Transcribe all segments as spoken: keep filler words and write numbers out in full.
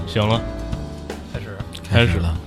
行了， 开始， 开始了。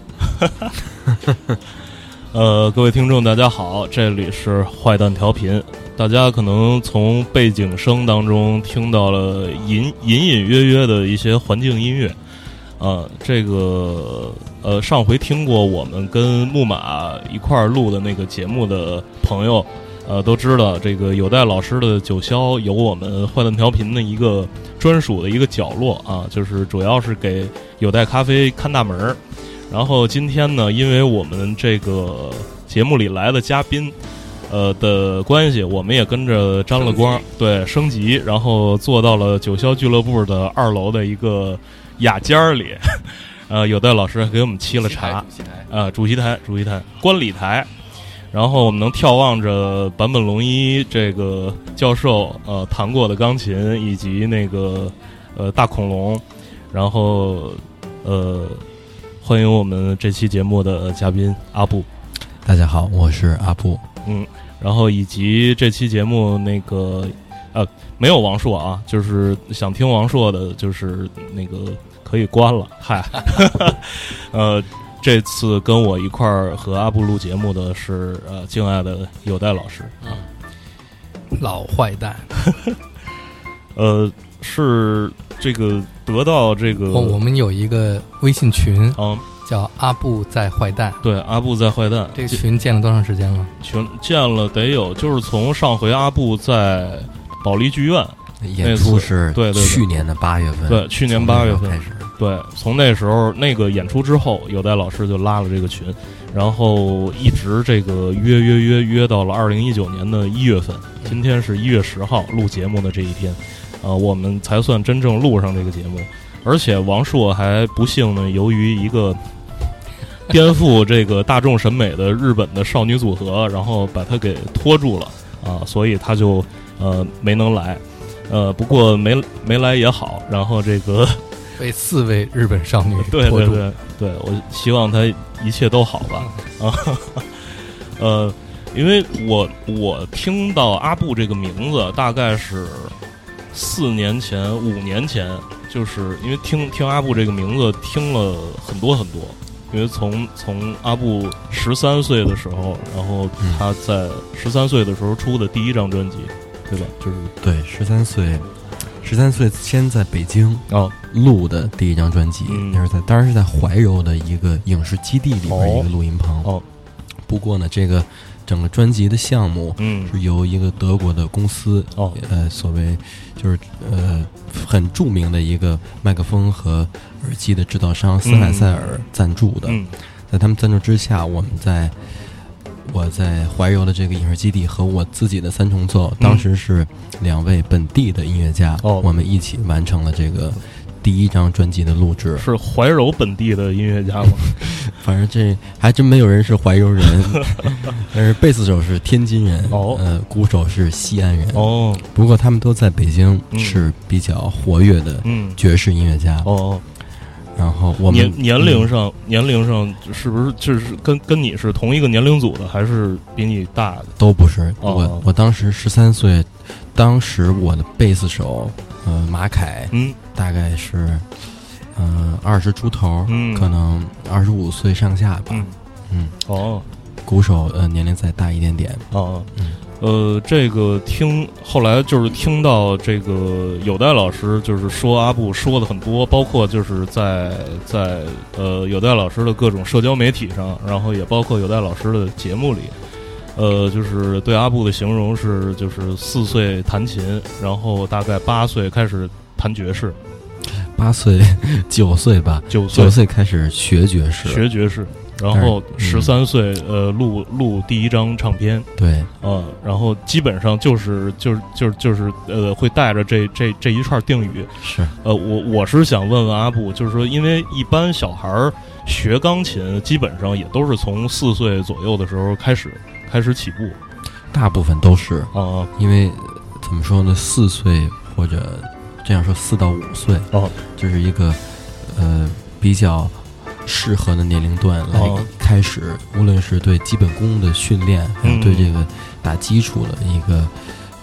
呃，各位听众，大家好，这里是坏蛋调频。大家可能从背景声当中听到了隐隐隐约约的一些环境音乐。呃，这个呃，上回听过我们跟木马一块儿录的那个节目的朋友，呃，都知道这个有代老师的九霄有我们坏蛋调频的一个专属的一个角落啊，就是主要是给有代咖啡看大门。然后今天呢，因为我们这个节目里来的嘉宾，呃的关系，我们也跟着沾了光，对，升级，然后坐到了九霄俱乐部的二楼的一个雅间里。呃，有代老师给我们沏了茶，呃，主席台，主席台，观礼台。然后我们能眺望着坂本龙一这个教授呃弹过的钢琴，以及那个呃大恐龙，然后呃。欢迎我们这期节目的嘉宾阿布。 大家好，我是阿布。 嗯，然后以及这期节目那个呃没有王硕啊，就是想听王硕的，就是那个可以关了。嗨，呃，这次跟我一块儿和阿布录节目的是呃敬爱的有代老师啊， 老坏蛋。 呃，是这个。得到这个、 哦，我们有一个微信群， 嗯， 叫阿布在坏蛋。 对，阿布在坏蛋。 这个群建了多长时间了？ 群建了得有，就是从上回阿布在保利剧院演出是对对去年的八月份， 对，去年八月份开始。 对，从那时候那个演出之后，有代老师就拉了这个群，然后一直这个约约约约到了二零一九年的一月份。今天是一月十号，录节目的这一天。呃，我们才算真正录上这个节目，而且王硕还不幸呢，由于一个颠覆这个大众审美的日本的少女组合，然后把他给拖住了啊，所以他就呃没能来，呃，不过没没来也好，然后这个被四位日本少女对对对对，我希望他一切都好吧啊，呃，因为我我听到阿布这个名字大概是。四年前、五年前，就是因为听听阿布这个名字听了很多很多，因为从从阿布十三岁的时候，然后他在十三岁的时候出的第一张专辑，对吧？就是对，十三岁，十三岁先在北京哦录的第一张专辑， 嗯、 那是在当然是在怀柔的一个影视基地里边一个录音棚。 哦， 不过呢，这个整个专辑的项目嗯是由一个德国的公司哦， 呃，所谓就是呃很著名的一个麦克风和耳机的制造商斯海塞尔赞助的。 嗯， 在他们赞助之下，我们在我在怀柔的这个影视基地和我自己的三重奏，当时是两位本地的音乐家， 哦， 我们一起完成了这个第一张专辑的录制。 是怀柔本地的音乐家吗？ 反正这还真没有人是怀柔人，但是贝斯手是天津人， 哦， 呃，鼓手是西安人， 哦。 不过他们都在北京是比较活跃的爵士音乐家， 嗯、哦。 然后我们年年龄上、嗯，年龄上是不是就是跟跟你是同一个年龄组的，还是比你大的？ 都不是， 哦、 我我当时十三岁，当时我的贝斯手呃马凯， 嗯， 大概是。嗯，二十出头， 嗯， 可能二十五岁上下吧。 嗯， 嗯哦， 鼓手呃年龄再大一点点。 哦， 嗯， 呃，这个听后来就是听到这个有代老师就是说阿布说的很多，包括就是在在呃有代老师的各种社交媒体上，然后也包括有代老师的节目里，呃，就是对阿布的形容是就是四岁弹琴，然后大概八岁开始弹爵士。 八岁、九岁吧， 九岁九岁开始学爵士， 学爵士，然后十三岁、嗯、呃录录第一张唱片， 对， 呃，然后基本上就是就是就是就是呃会带着这这这一串定语， 是， 呃，我我是想问问阿布，就是说，因为一般小孩学钢琴基本上也都是从四岁左右的时候开始开始起步， 大部分都是啊， 因为怎么说呢，四岁或者。这样说，四到五岁哦， 这是一个呃比较适合的年龄段来开始，哦、无论是对基本功的训练，还有对这个打基础的一个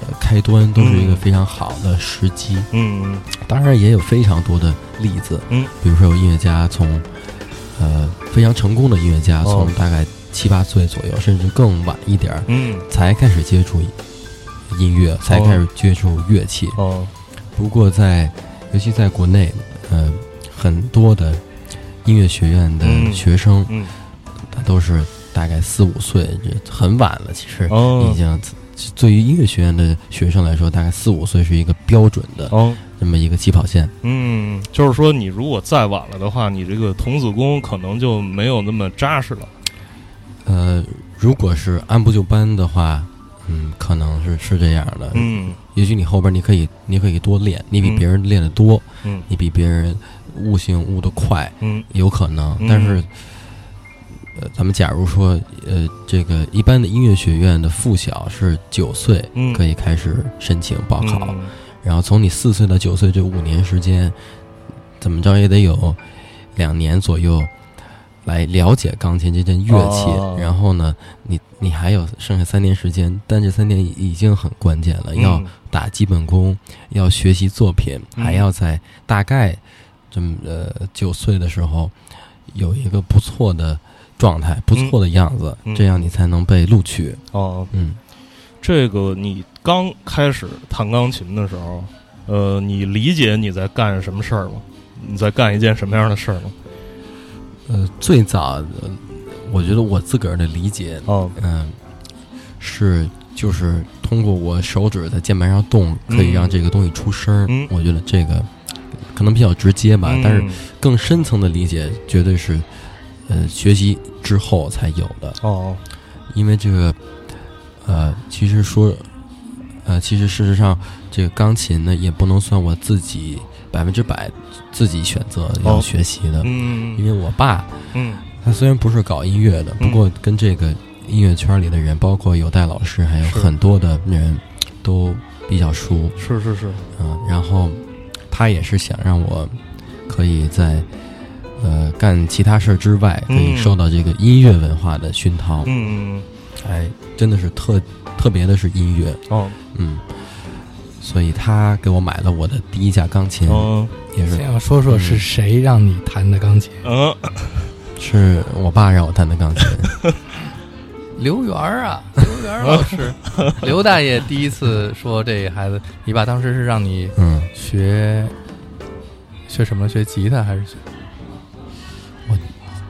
开端，都是一个非常好的时机。 嗯， 当然也有非常多的例子， 嗯， 比如说有音乐家从呃非常成功的音乐家， 哦从大概七八岁左右，甚至更晚一点儿， 嗯， 才开始接触音乐，才开始接触乐器。 哦， 不过在尤其在国内，呃，很多的音乐学院的学生， 嗯， 他都是大概四五岁，这很晚了。其实哦已经对于音乐学院的学生来说，大概四五岁是一个标准的哦这么一个起跑线。 嗯，就是说你如果再晚了的话，你这个童子功可能就没有那么扎实了。 呃，如果是按部就班的话，嗯，可能是是这样的。 嗯， 也许你后边你可以你可以多练，你比别人练得多， 嗯， 你比别人悟性悟得快， 嗯， 有可能。 嗯、 但是，呃，咱们假如说，呃，这个一般的音乐学院的附小是九岁可以开始申请报考， 嗯、 然后从你四岁到九岁这五年时间，怎么着也得有两年左右。来了解钢琴这件乐器， 哦、 然后呢，你你还有剩下三年时间，但这三年已经很关键了， 嗯、 要打基本功，要学习作品， 嗯、 还要在大概这么呃九岁的时候有一个不错的状态，不错的样子， 嗯、 这样你才能被录取。 哦， 嗯， 这个你刚开始弹钢琴的时候，呃，你理解你在干什么事儿吗？你在干一件什么样的事儿吗？ 呃，最早，呃、我觉得我自个儿的理解， 哦， 嗯、呃，是就是通过我手指在键盘上动，可以让这个东西出声。 嗯， 我觉得这个可能比较直接吧， 嗯、 但是更深层的理解绝对是，呃，学习之后才有的。 哦， 因为这个，呃，其实说，呃，其实事实上，这个钢琴呢，也不能算我自己百分之百自己选择要学习的。 哦、嗯， 因为我爸， 嗯， 他虽然不是搞音乐的，不过跟这个音乐圈里的人，包括有代老师，还有很多的人都比较熟。 是是是， 嗯，然后他也是想让我可以在呃干其他事儿之外，可以受到这个音乐文化的熏陶。 嗯， 哎，真的是特特别的是音乐哦， 嗯，所以他给我买了我的第一架钢琴。 哦， 也是。 先要说说是谁让你弹的钢琴？ 嗯， 是我爸让我弹的钢琴。 刘源啊，刘源老师，刘大爷第一次说这孩子，你爸当时是让你嗯学、嗯、学什么？学吉他还是学？ 我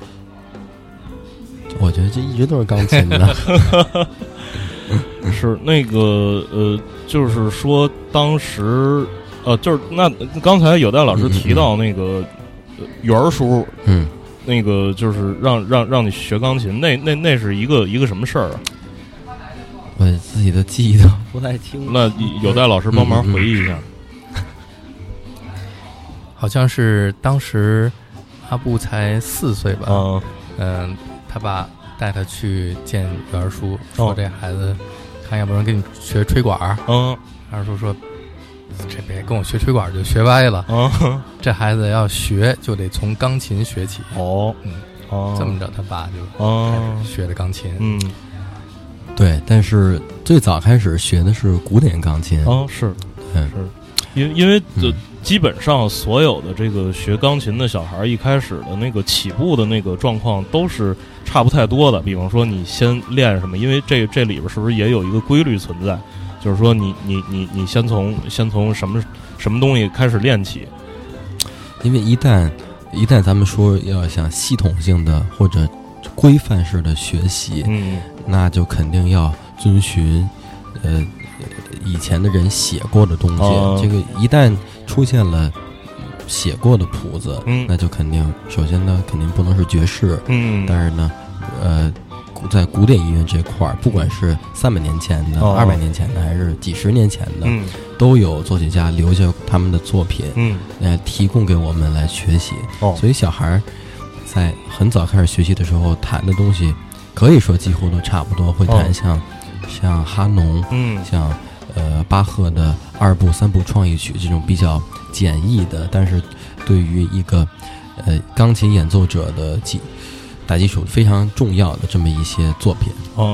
我觉得这一直都是钢琴的。 是那个呃，就是说当时呃，就是那刚才有代老师提到那个元儿叔， 嗯。 那个就是让让让你学钢琴，那那那是一个一个什么事儿啊？ 我自己的记忆都不太清楚。 那有代老师帮忙回忆一下。 嗯嗯嗯、好像是当时阿布才四岁吧？ 嗯嗯、呃，他爸带他去见元叔， 哦、 说这孩子看要不然给你学吹管儿。 嗯， 元叔说。这别跟我学吹管就学歪了啊！ 嗯、 这孩子要学就得从钢琴学起。 哦， 嗯， 哦， 这么着，他爸就哦学的钢琴。 嗯， 对，但是最早开始学的是古典钢琴。 哦，是， 嗯， 是，因因为这基本上所有的这个学钢琴的小孩一开始的那个起步的那个状况都是差不太多的。比方说，你先练什么？因为这这里边是不是也有一个规律存在？就是说你，你你你你先从先从什么什么东西开始练起？ 因为一旦一旦咱们说要想系统性的或者规范式的学习， 嗯， 那就肯定要遵循呃以前的人写过的东西。 哦、 这个一旦出现了写过的谱子， 嗯， 那就肯定首先呢肯定不能是爵士， 嗯， 但是呢，呃。在古典音乐这块儿，不管是三百年前的、二百、哦、年前的，还是几十年前的， 嗯， 都有作曲家留下他们的作品， 嗯， 来提供给我们来学习。 哦， 所以小孩在很早开始学习的时候，弹的东西可以说几乎都差不多，会弹像、哦、像哈农， 嗯， 像呃巴赫的二部、三部创意曲这种比较简易的，但是对于一个呃钢琴演奏者的基打基础非常重要的这么一些作品。 嗯，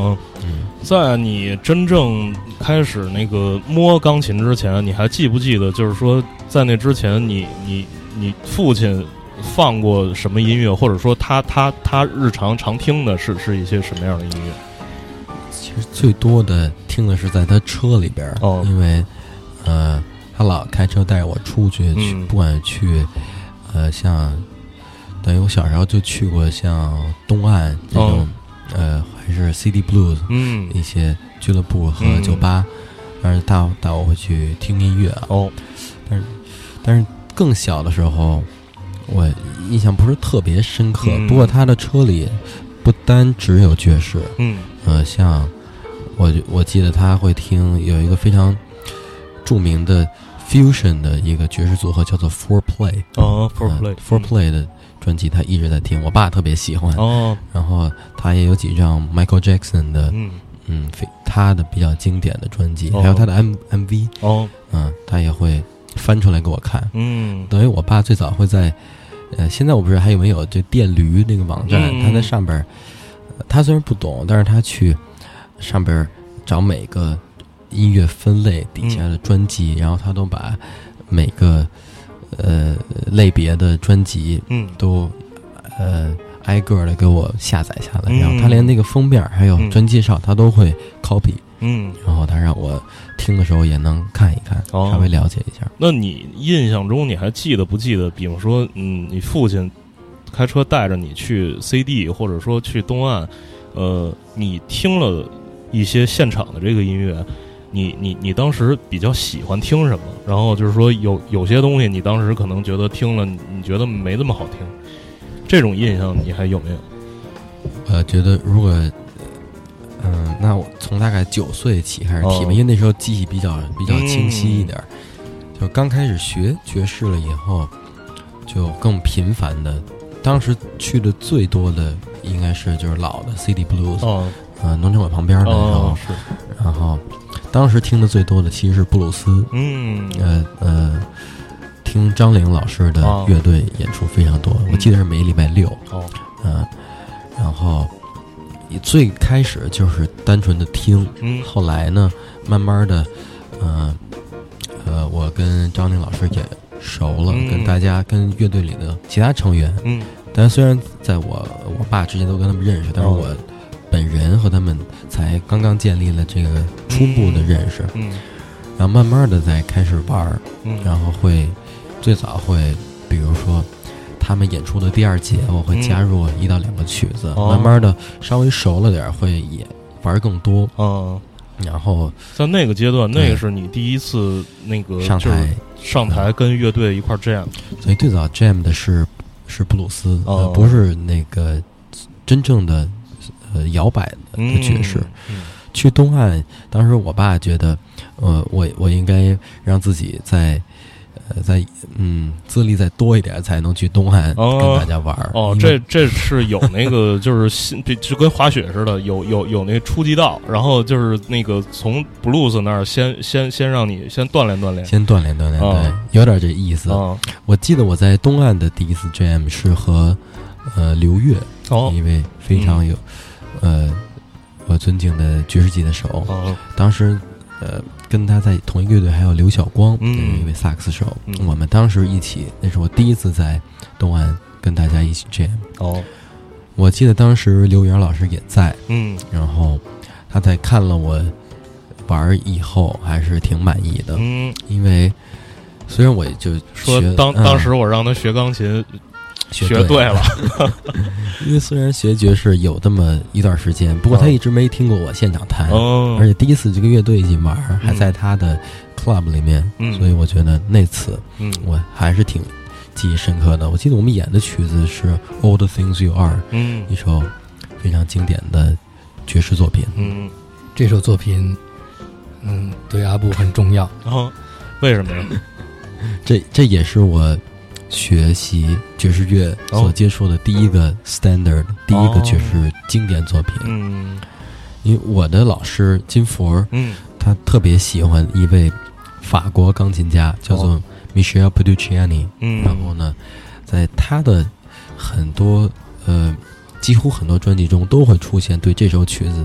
嗯， 在你真正开始那个摸钢琴之前，你还记不记得，就是说在那之前你，你你你父亲放过什么音乐，或者说他他他日常常听的是是一些什么样的音乐？ 其实最多的听的是在他车里边， 哦， 因为呃，他老开车带着我出去，去嗯、 不管去呃像。等于我小时候就去过像东岸这种、哦、呃还是 City Blues 嗯一些俱乐部和酒吧，但是带带我会去听音乐啊。 哦， 但是但是更小的时候，我印象不是特别深刻。 嗯、 不过他的车里不单只有爵士， 嗯呃像我我记得他会听有一个非常著名的 fusion 的一个爵士组合叫做 Four Play 哦 Four Play、呃、 Four Play 的。专辑他一直在听，我爸特别喜欢哦， 然后他也有几张 Michael Jackson 的， 嗯嗯，他的比较经典的专辑， 哦、 还有他的 M MV 哦， 嗯，他也会翻出来给我看， 嗯， 等于我爸最早会在，呃，现在我不知道还有没有就电驴那个网站， 嗯、 他在上边、呃，他虽然不懂，但是他去上边找每个音乐分类底下的专辑， 嗯、 然后他都把每个。呃，类别的专辑， 嗯， 都呃挨个的给我下载下来， 嗯、 然后他连那个封面还有专辑介绍，他都会 copy， 嗯， 然后他让我听的时候也能看一看， 哦、 稍微了解一下。 那你印象中你还记得不记得？比方说，嗯，你父亲开车带着你去 C D， 或者说去东岸，呃，你听了一些现场的这个音乐。你你你当时比较喜欢听什么？然后就是说有有些东西你当时可能觉得听了你觉得没那么好听，这种印象你还有没有？ 呃，觉得如果嗯、呃，那我从大概九岁起开始提吧， 哦、 因为那时候记忆比较比较清晰一点，嗯、就刚开始学爵士了以后，就更频繁的，当时去的最多的应该是就是老的 City Blues， 哦， 呃，农场馆旁边的时候， 哦、是， 然后。当时听的最多的其实是布鲁斯， 嗯， 呃呃，听张玲老师的乐队演出非常多， 哦、 我记得是每礼拜六， 哦， 嗯、呃，然后最开始就是单纯的听， 嗯， 后来呢，慢慢的，呃呃，我跟张玲老师也熟了， 嗯、 跟大家跟乐队里的其他成员， 嗯， 但虽然在我我爸之前都跟他们认识，但是我。哦本人和他们才刚刚建立了这个初步的认识， 嗯，嗯然后慢慢的再开始玩， 嗯， 然后会最早会，比如说他们演出的第二节，我会加入一到两个曲子， 嗯、 慢慢的稍微熟了点，会也玩更多， 嗯， 然后在那个阶段，那个是你第一次那个上台上台跟乐队一块 jam， 所以最早 jam 的是是布鲁斯， 哦、 呃，不是那个真正的。呃，摇摆的爵士、 嗯嗯， 去东岸，当时我爸觉得，呃，我我应该让自己在，呃，在嗯资历再多一点，才能去东岸跟大家玩。 哦，哦这这是有那个就是新，就跟滑雪似的，有有有那初级道，然后就是那个从布鲁斯那儿先先先让你先锻炼锻炼， 先锻炼锻炼， 哦、 对，有点这意思、 哦。 我记得我在东岸的第一次 jam 是和呃刘越， 哦， 一位非常有。嗯呃，我尊敬的爵士吉他手， 哦、 当时呃跟他在同一个乐队还有刘晓光， 嗯， 一位萨克斯手、 嗯， 我们当时一起，那是我第一次在东岸跟大家一起 jam。 哦， 我记得当时刘源老师也在， 嗯， 然后他在看了我玩以后，还是挺满意的， 嗯， 因为虽然我也就说当、嗯、当时我让他学钢琴。学对了， 对了因为虽然学爵士有这么一段时间，不过他一直没听过我现场弹， 哦、 而且第一次这个乐队一起玩，嗯、还在他的 club 里面、 嗯， 所以我觉得那次， 嗯， 我还是挺记忆深刻的。我记得我们演的曲子是《All the Things You Are》， 嗯， 一首非常经典的爵士作品。 嗯， 这首作品，嗯，对阿布很重要。 哦，为什么呀？ 这这也是我。学习爵士乐所接触的第一个 standard、哦、第一个爵士经典作品。 嗯， 因为我的老师金佛， 嗯， 他特别喜欢一位法国钢琴家，叫做 Michel Petrucciani。 嗯， 然后呢，在他的很多呃，几乎很多专辑中都会出现对这首曲子的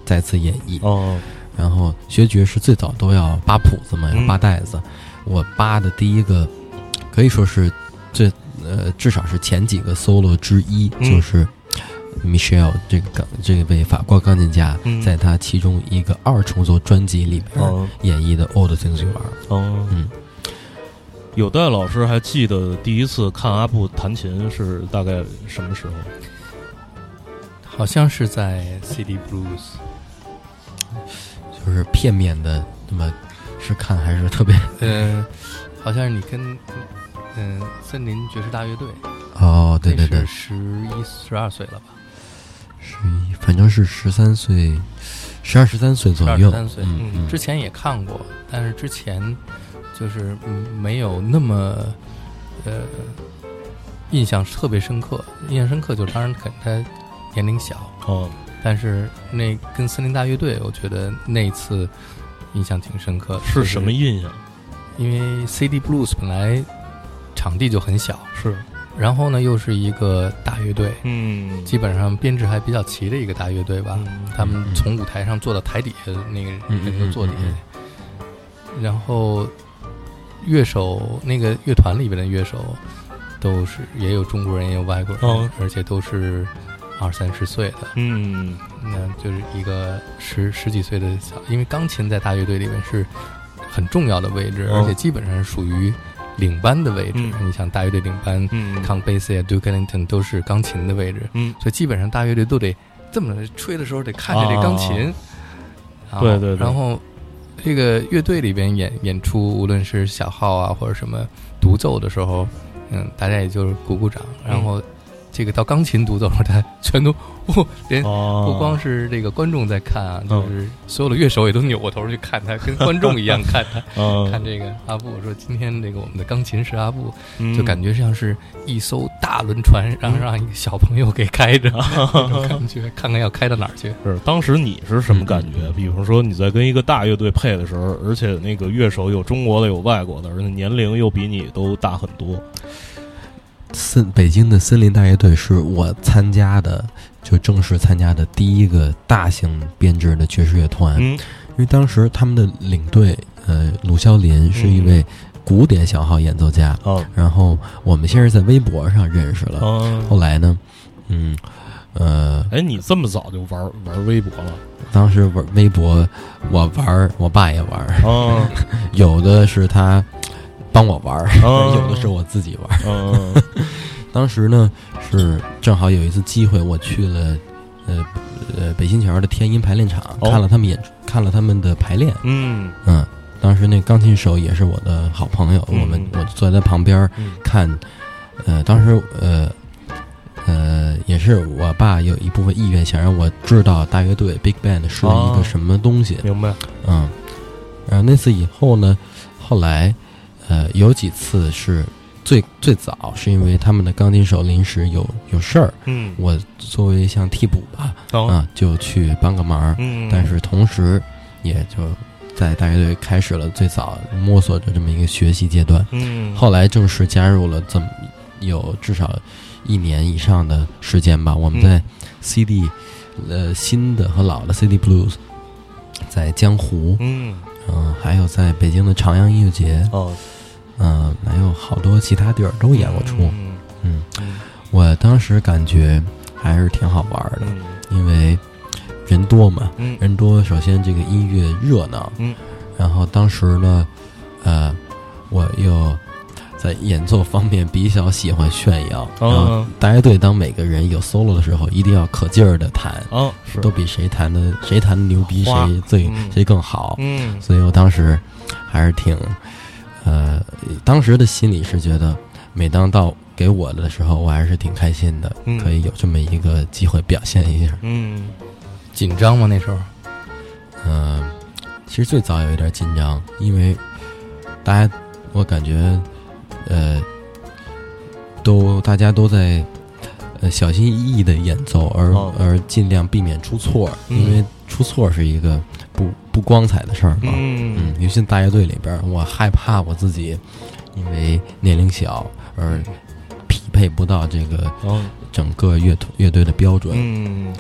再次演绎。 哦， 然后学爵士最早都要扒谱子嘛，要扒带子。嗯、我扒的第一个可以说是最呃，至少是前几个 solo 之一，嗯、就是 Michel 这个这位法国钢琴家，嗯、在他其中一个二重奏专辑里边演绎的 All the Things You Are。 哦，嗯。有戴老师还记得第一次看阿布弹琴是大概什么时候？ 好像是在 C D Blues， 就是片面的，那么是看还是特别？ 呃，好像是你跟嗯、呃、森林爵士大乐队。 哦，对对对， 十一十二岁了吧？ 十一，反正是十三岁，十二十三岁左右。 十三岁，嗯嗯，之前也看过，但是之前。就是没有那么呃印象特别深刻，印象深刻就当然可能他年龄小哦， 但是那跟森林大乐队，我觉得那次印象挺深刻的。 是什么印象？ 因为 C D Blues 本来场地就很小， 是， 然后呢又是一个大乐队， 嗯， 基本上编制还比较齐的一个大乐队吧。嗯、他们从舞台上坐到台底下，那个人都坐底下， 嗯嗯嗯嗯、然后。乐手那个乐团里边的乐手都是也有中国人也有外国人， 哦、 而且都是二三十岁的， 嗯， 那就是一个十十几岁的小，因为钢琴在大乐队里面是很重要的位置， 哦、 而且基本上是属于领班的位置。 嗯、 你像大乐队领班， 嗯 Count Basie 啊 Duke Ellington 都是钢琴的位置， 嗯， 所以基本上大乐队都得这么吹的时候得看着这钢琴， 哦、对对对， 然后。这个乐队里边演演出，无论是小号啊或者什么独奏的时候，嗯，大家也就是鼓鼓掌。然后，这个到钢琴独奏的时候，大家全都，哦、连不光是这个观众在看啊， 哦、 就是所有的乐手也都扭过头去看他，跟观众一样看他， 哦、 看这个阿布。说今天这个我们的钢琴师阿布， 嗯、 就感觉像是一艘大轮船，让让一个小朋友给开着，那种感觉，看看要开到哪儿去。 是当时你是什么感觉？比如说你在跟一个大乐队配的时候，而且那个乐手有中国的有外国的，而且年龄又比你都大很多。 森北京的森林大乐队是我参加的，就正式参加的第一个大型编制的爵士乐团。 嗯， 因为当时他们的领队呃鲁肖林是一位古典小号演奏家。 哦、 然后我们先是在微博上认识了。 哦、 后来呢，嗯呃， 哎，你这么早就玩玩微博了？ 当时玩微博，我玩，我爸也玩。 哦， 有的是他帮我玩， 哦、 有的是我自己玩。 哦、 当时呢是正好有一次机会，我去了呃呃北新桥的天音排练场， 哦、 看了他们演，看了他们的排练。 嗯嗯，当时那钢琴手也是我的好朋友， 嗯、 我们我就坐在他旁边看。 嗯、 呃，当时呃。呃，也是我爸有一部分意愿想让我知道大乐队 Big Band 是一个什么东西。 哦、明白。 嗯，然后那次以后呢，后来呃有几次是最最早是因为他们的钢琴手临时有有事儿， 嗯， 我作为像替补吧， 哦、 啊就去帮个忙。 嗯， 但是同时也就在大乐队开始了最早摸索着这么一个学习阶段。 嗯， 后来正式加入了这么有至少一年以上的时间吧，我们在 C D、嗯、呃新的和老的 C D Blues， 在江湖， 嗯嗯、呃，还有在北京的朝阳音乐节， 哦， 嗯、呃，还有好多其他地儿都演过出， 嗯嗯, 嗯，我当时感觉还是挺好玩的， 嗯、 因为人多嘛， 嗯， 人多，首先这个音乐热闹， 嗯， 然后当时呢，呃，我又在演奏方面比较喜欢炫耀， 哦、 然后大乐队当每个人有 solo 的时候，一定要可劲儿的弹， 哦，是都比谁弹的谁弹的牛逼，谁最、 嗯、 谁更好， 嗯， 所以我当时还是挺，呃，当时的心里是觉得，每当到给我的时候，我还是挺开心的， 嗯、 可以有这么一个机会表现一下。 嗯，紧张吗那时候？ 嗯、呃，其实最早有一点紧张，因为大家我感觉。呃，都大家都在呃小心翼翼的演奏，而、哦、而尽量避免出错， 嗯、 因为出错是一个不不光彩的事儿嘛。 嗯嗯，尤其大乐队里边，我害怕我自己因为年龄小而匹配不到这个整个乐乐队的标准。 嗯，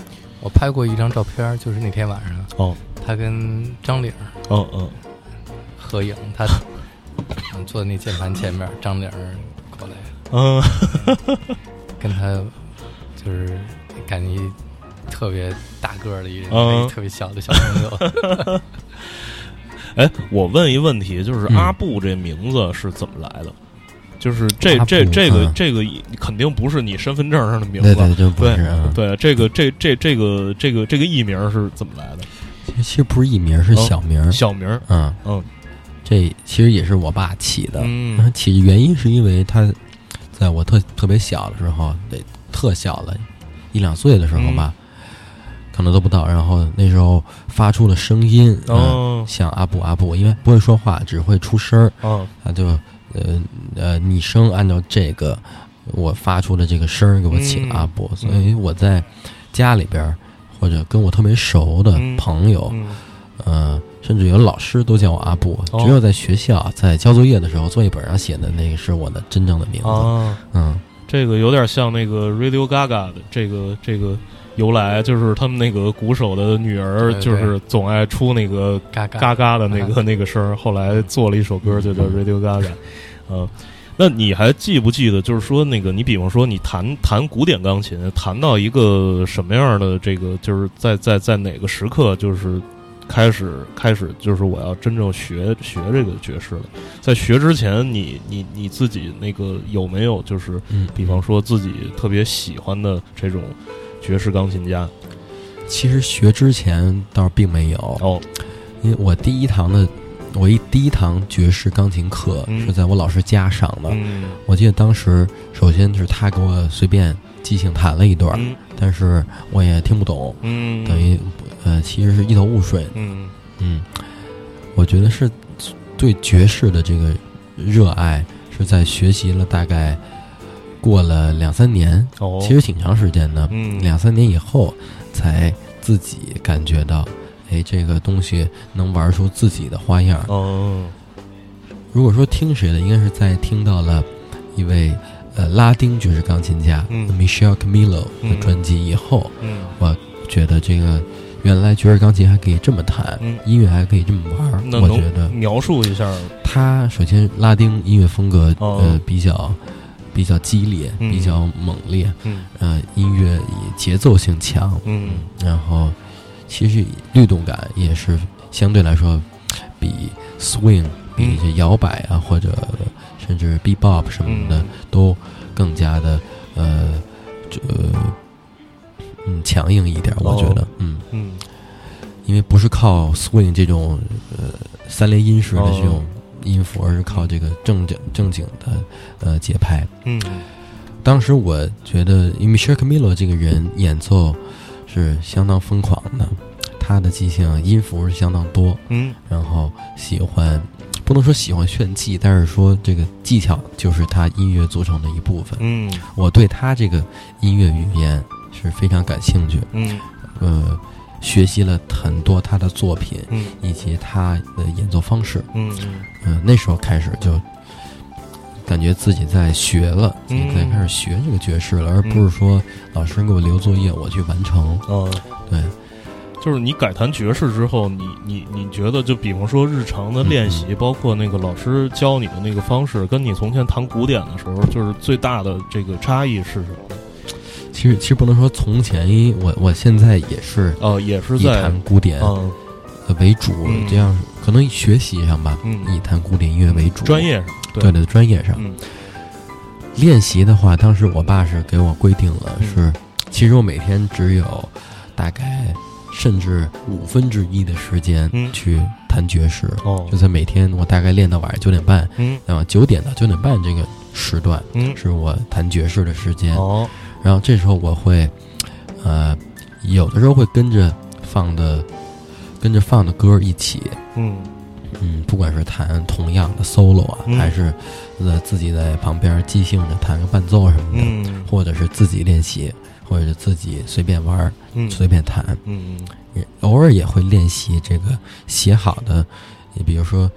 我拍过一张照片，就是那天晚上， 哦， 他跟张岭， 哦哦， 合影，他坐在那键盘前面，张岭过来， 嗯， 跟他就是感觉特别大个儿的一人， 嗯、 特别小的小朋友。 哎，我问一问题，就是嗯、 阿布这名字是怎么来的？就是这这这个、嗯、这个肯定不是你身份证上的名字， 对对，不是、啊、 对对，这个这这这个这个这个艺名是怎么来的？ 其实不是艺名，是小名， 哦、小名， 嗯嗯， 这其实也是我爸起的， 嗯， 起原因是因为他在我特特别小的时候，得特小了，一两岁的时候吧。嗯，可能都不到，然后那时候发出了声音， 哦， 嗯、像阿布阿布，因为不会说话，只会出声儿， 哦， 他就呃呃拟声按照这个我发出的这个声儿给我起了阿布， 嗯、 所以我在家里边或者跟我特别熟的朋友， 嗯嗯、呃，甚至有老师都叫我阿布， 哦、 只有在学校在交作业的时候，作业本上写的那个是我的真正的名字， 哦、 嗯， 这个有点像那个 Radio Gaga 的这个这个。由来就是他们那个鼓手的女儿，就是总爱出那个嘎嘎嘎的那个那个声，后来做了一首歌就叫 Radio Gaga。呃，那你还记不记得？就是说那个，你比方说你弹弹古典钢琴，弹到一个什么样的这个，就是在在在哪个时刻，就是开始开始，就是我要真正学学这个爵士了。在学之前，你你你自己那个有没有就是，比方说自己特别喜欢的这种爵士钢琴家？ 其实学之前倒是并没有哦， 因为我第一堂的我一第一堂爵士钢琴课是在我老师家上的。 嗯， 我记得当时首先是他给我随便即兴弹了一段， 嗯、 但是我也听不懂， 嗯， 等于呃其实是一头雾水。 嗯嗯，我觉得是对爵士的这个热爱是在学习了大概过了两三年， 哦， 其实挺长时间的。 嗯， 两三年以后才自己感觉到，哎，这个东西能玩出自己的花样。 哦， 如果说听谁的，应该是在听到了一位呃拉丁爵士钢琴家、 嗯、 Michel Camilo 的专辑以后， 嗯， 我觉得这个原来爵士钢琴还可以这么弹， 嗯、 音乐还可以这么玩。 那我觉得描述一下， 他首先拉丁音乐风格、 哦、 呃比较。比较激烈， 嗯、 比较猛烈， 嗯， 呃，音乐节奏性强， 嗯， 然后其实律动感也是相对来说比 swing、比这摇摆啊，或者甚至 bebop 什么的、 嗯、 都更加的呃，这嗯强硬一点，我觉得， 哦、 嗯嗯， 因为不是靠 swing 这种呃三连音式的这种。 哦音符，而是靠这个正经正经的呃节拍。 嗯， 当时我觉得 Michel Camilo 这个人演奏是相当疯狂的，他的即兴音符是相当多。 嗯， 然后喜欢不能说喜欢炫技，但是说这个技巧就是他音乐组成的一部分。 嗯， 我对他这个音乐语言是非常感兴趣。 嗯， 呃。学习了很多他的作品， 嗯， 以及他的演奏方式， 嗯嗯、呃，那时候开始就感觉自己在学了，自己在开始学这个爵士了， 嗯、 而不是说老师给我留作业我去完成。 哦， 对， 就是你改弹爵士之后，你你你觉得就比方说日常的练习， 嗯、 包括那个老师教你的那个方式，跟你从前弹古典的时候，就是最大的这个差异是什么？ 其实其实不能说从前，因为我我现在也是呃也是以弹古典为主， 嗯、 这样可能学习上吧， 嗯、 以弹古典音乐为主， 专业上对对对专业上、 嗯、 练习的话，当时我爸是给我规定了， 嗯、 是其实我每天只有大概甚至五分之一的时间去弹爵士， 哦、 就在每天我大概练到晚上九点半， 嗯， 然后九点到九点半这个时段， 嗯， 是我弹爵士的时间， 哦。 然后这时候我会，呃，有的时候会跟着放的，跟着放的歌一起， 嗯嗯，不管是弹同样的 solo 啊， 嗯、 还是呃自己在旁边即兴着弹个伴奏什么的， 嗯， 或者是自己练习，或者是自己随便玩， 嗯， 随便弹， 嗯嗯，偶尔也会练习这个写好的，你比如说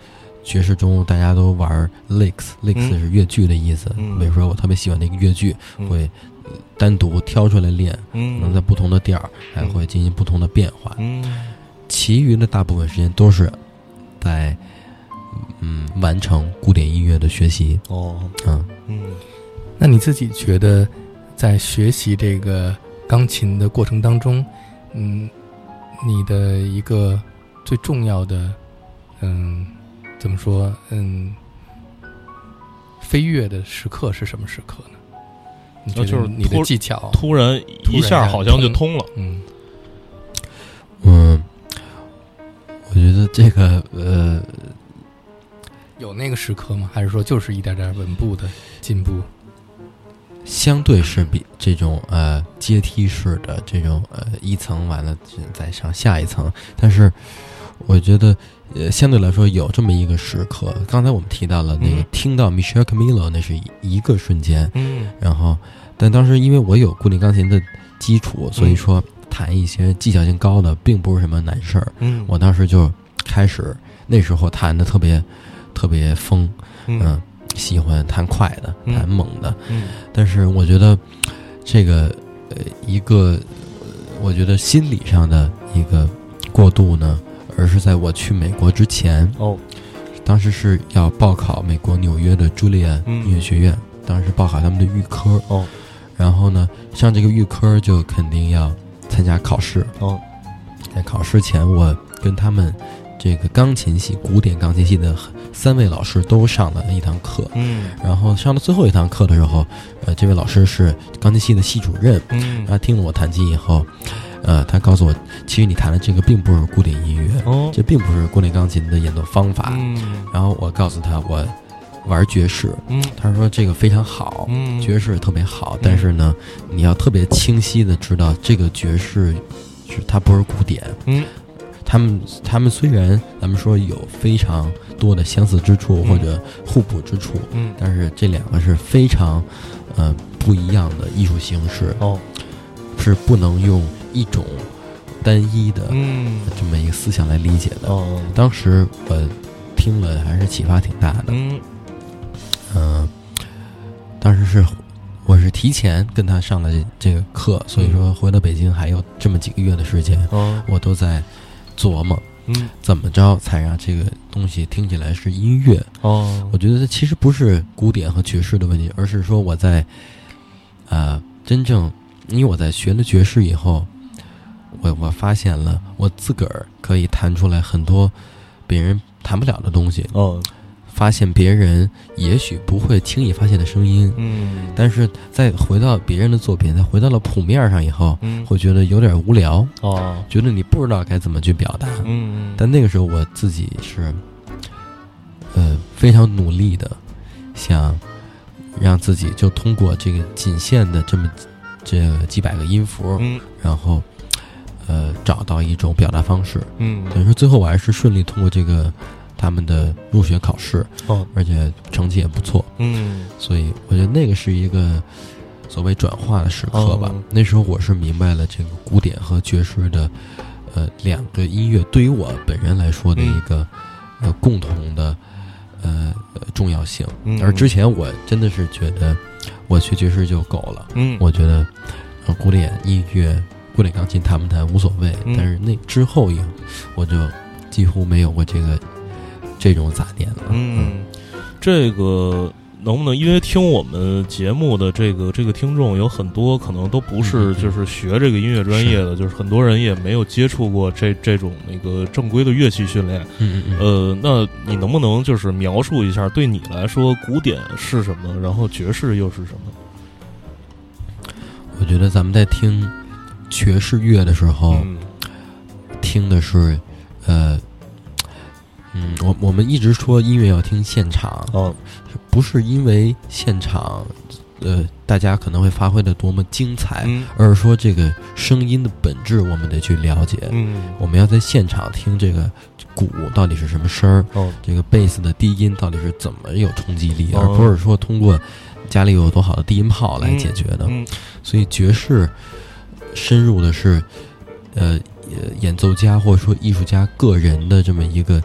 爵士中大家都玩 licks，licks、嗯、是乐句的意思。 嗯、 比如说我特别喜欢那个乐句，嗯、会单独挑出来练， 嗯， 能在不同的调儿还会进行不同的变化。 嗯， 其余的大部分时间都是在嗯完成古典音乐的学习。 哦， 嗯嗯， 那你自己觉得在学习这个钢琴的过程当中，嗯，你的一个最重要的，嗯，怎么说，嗯，飞跃的时刻是什么时刻呢？你觉得你的技巧突然一下好像就通了。 嗯嗯，我觉得这个呃， 有那个时刻吗？还是说就是一点点稳步的进步？ 相对是比这种呃阶梯式的这种呃一层完了再上下一层，但是我觉得呃相对来说有这么一个时刻。刚才我们提到了那个、嗯、听到 Michel Camilo 那是一个瞬间， 嗯， 然后但当时因为我有古典钢琴的基础，所以说弹一些技巧性高的并不是什么难事儿。 嗯， 我当时就开始那时候弹的特别特别疯，嗯。呃喜欢弹快的，弹猛的， 嗯， 但是我觉得这个呃一个，我觉得心理上的一个过渡呢，而是在我去美国之前， 哦， 当时是要报考美国纽约的朱利安音乐学院，嗯、当时报考他们的预科， 哦， 然后呢，上这个预科就肯定要参加考试， 哦， 在考试前我跟他们这个钢琴系、古典钢琴系的三位老师都上了一堂课， 嗯， 然后上到最后一堂课的时候，呃，这位老师是钢琴系的系主任， 嗯， 他听了我弹琴以后，呃，他告诉我，其实你弹的这个并不是古典音乐， 哦， 这并不是古典钢琴的演奏方法， 嗯， 然后我告诉他我玩爵士， 嗯， 他说这个非常好， 嗯， 爵士特别好，但是呢，你要特别清晰的知道这个爵士是它不是古典， 嗯。 他们他们虽然咱们说有非常多的相似之处或者互补之处， 嗯， 但是这两个是非常呃不一样的艺术形式， 哦， 是不能用一种单一的嗯这么一个思想来理解的。 哦， 当时我听了还是启发挺大的， 嗯， 呃，当时是我是提前跟他上了这这个课，所以说回到北京还有这么几个月的时间， 哦， 我都在琢磨， 嗯， 怎么着才让这个东西听起来是音乐？ 哦， 我觉得其实不是古典和爵士的问题，而是说我在，呃，真正，因为我在学了爵士以后，我我发现了我自个儿可以弹出来很多别人弹不了的东西。 哦。 发现别人也许不会轻易发现的声音， 嗯， 但是再回到别人的作品，再回到了谱面上以后， 嗯， 会觉得有点无聊， 哦， 觉得你不知道该怎么去表达， 嗯， 但那个时候我自己是，呃，非常努力的，想让自己就通过这个仅限的这么这几百个音符， 嗯， 然后，呃，找到一种表达方式， 嗯， 等于说最后我还是顺利通过这个。他们的入学考试， 哦， 而且成绩也不错， 嗯， 所以我觉得那个是一个所谓转化的时刻吧。 哦， 那时候我是明白了这个古典和爵士的，呃，两个音乐对于我本人来说的一个，嗯、呃共同的呃重要性。 嗯， 而之前我真的是觉得我学爵士就够了， 嗯， 我觉得呃古典音乐、古典钢琴弹不弹无所谓， 嗯， 但是那之后以后我就几乎没有过这个。这种杂念了， 嗯，这个能不能因为听我们节目的这个这个听众有很多可能都不是就是学这个音乐专业的，嗯，就是很多人也没有接触过这这种那个正规的乐器训练， 嗯嗯呃，那你能不能就是描述一下对你来说古典是什么，然后爵士又是什么？ 我觉得咱们在听爵士乐的时候， 嗯， 听的是呃。嗯，我我们一直说音乐要听现场， 哦， 不是因为现场，呃，大家可能会发挥的多么精彩， 嗯， 而是说这个声音的本质我们得去了解， 嗯， 我们要在现场听这个鼓到底是什么声儿， 哦， 这个贝斯的低音到底是怎么有冲击力， 哦， 而不是说通过家里有多好的低音炮来解决的， 嗯嗯， 所以爵士深入的是，呃，演奏家或者说艺术家个人的这么一个。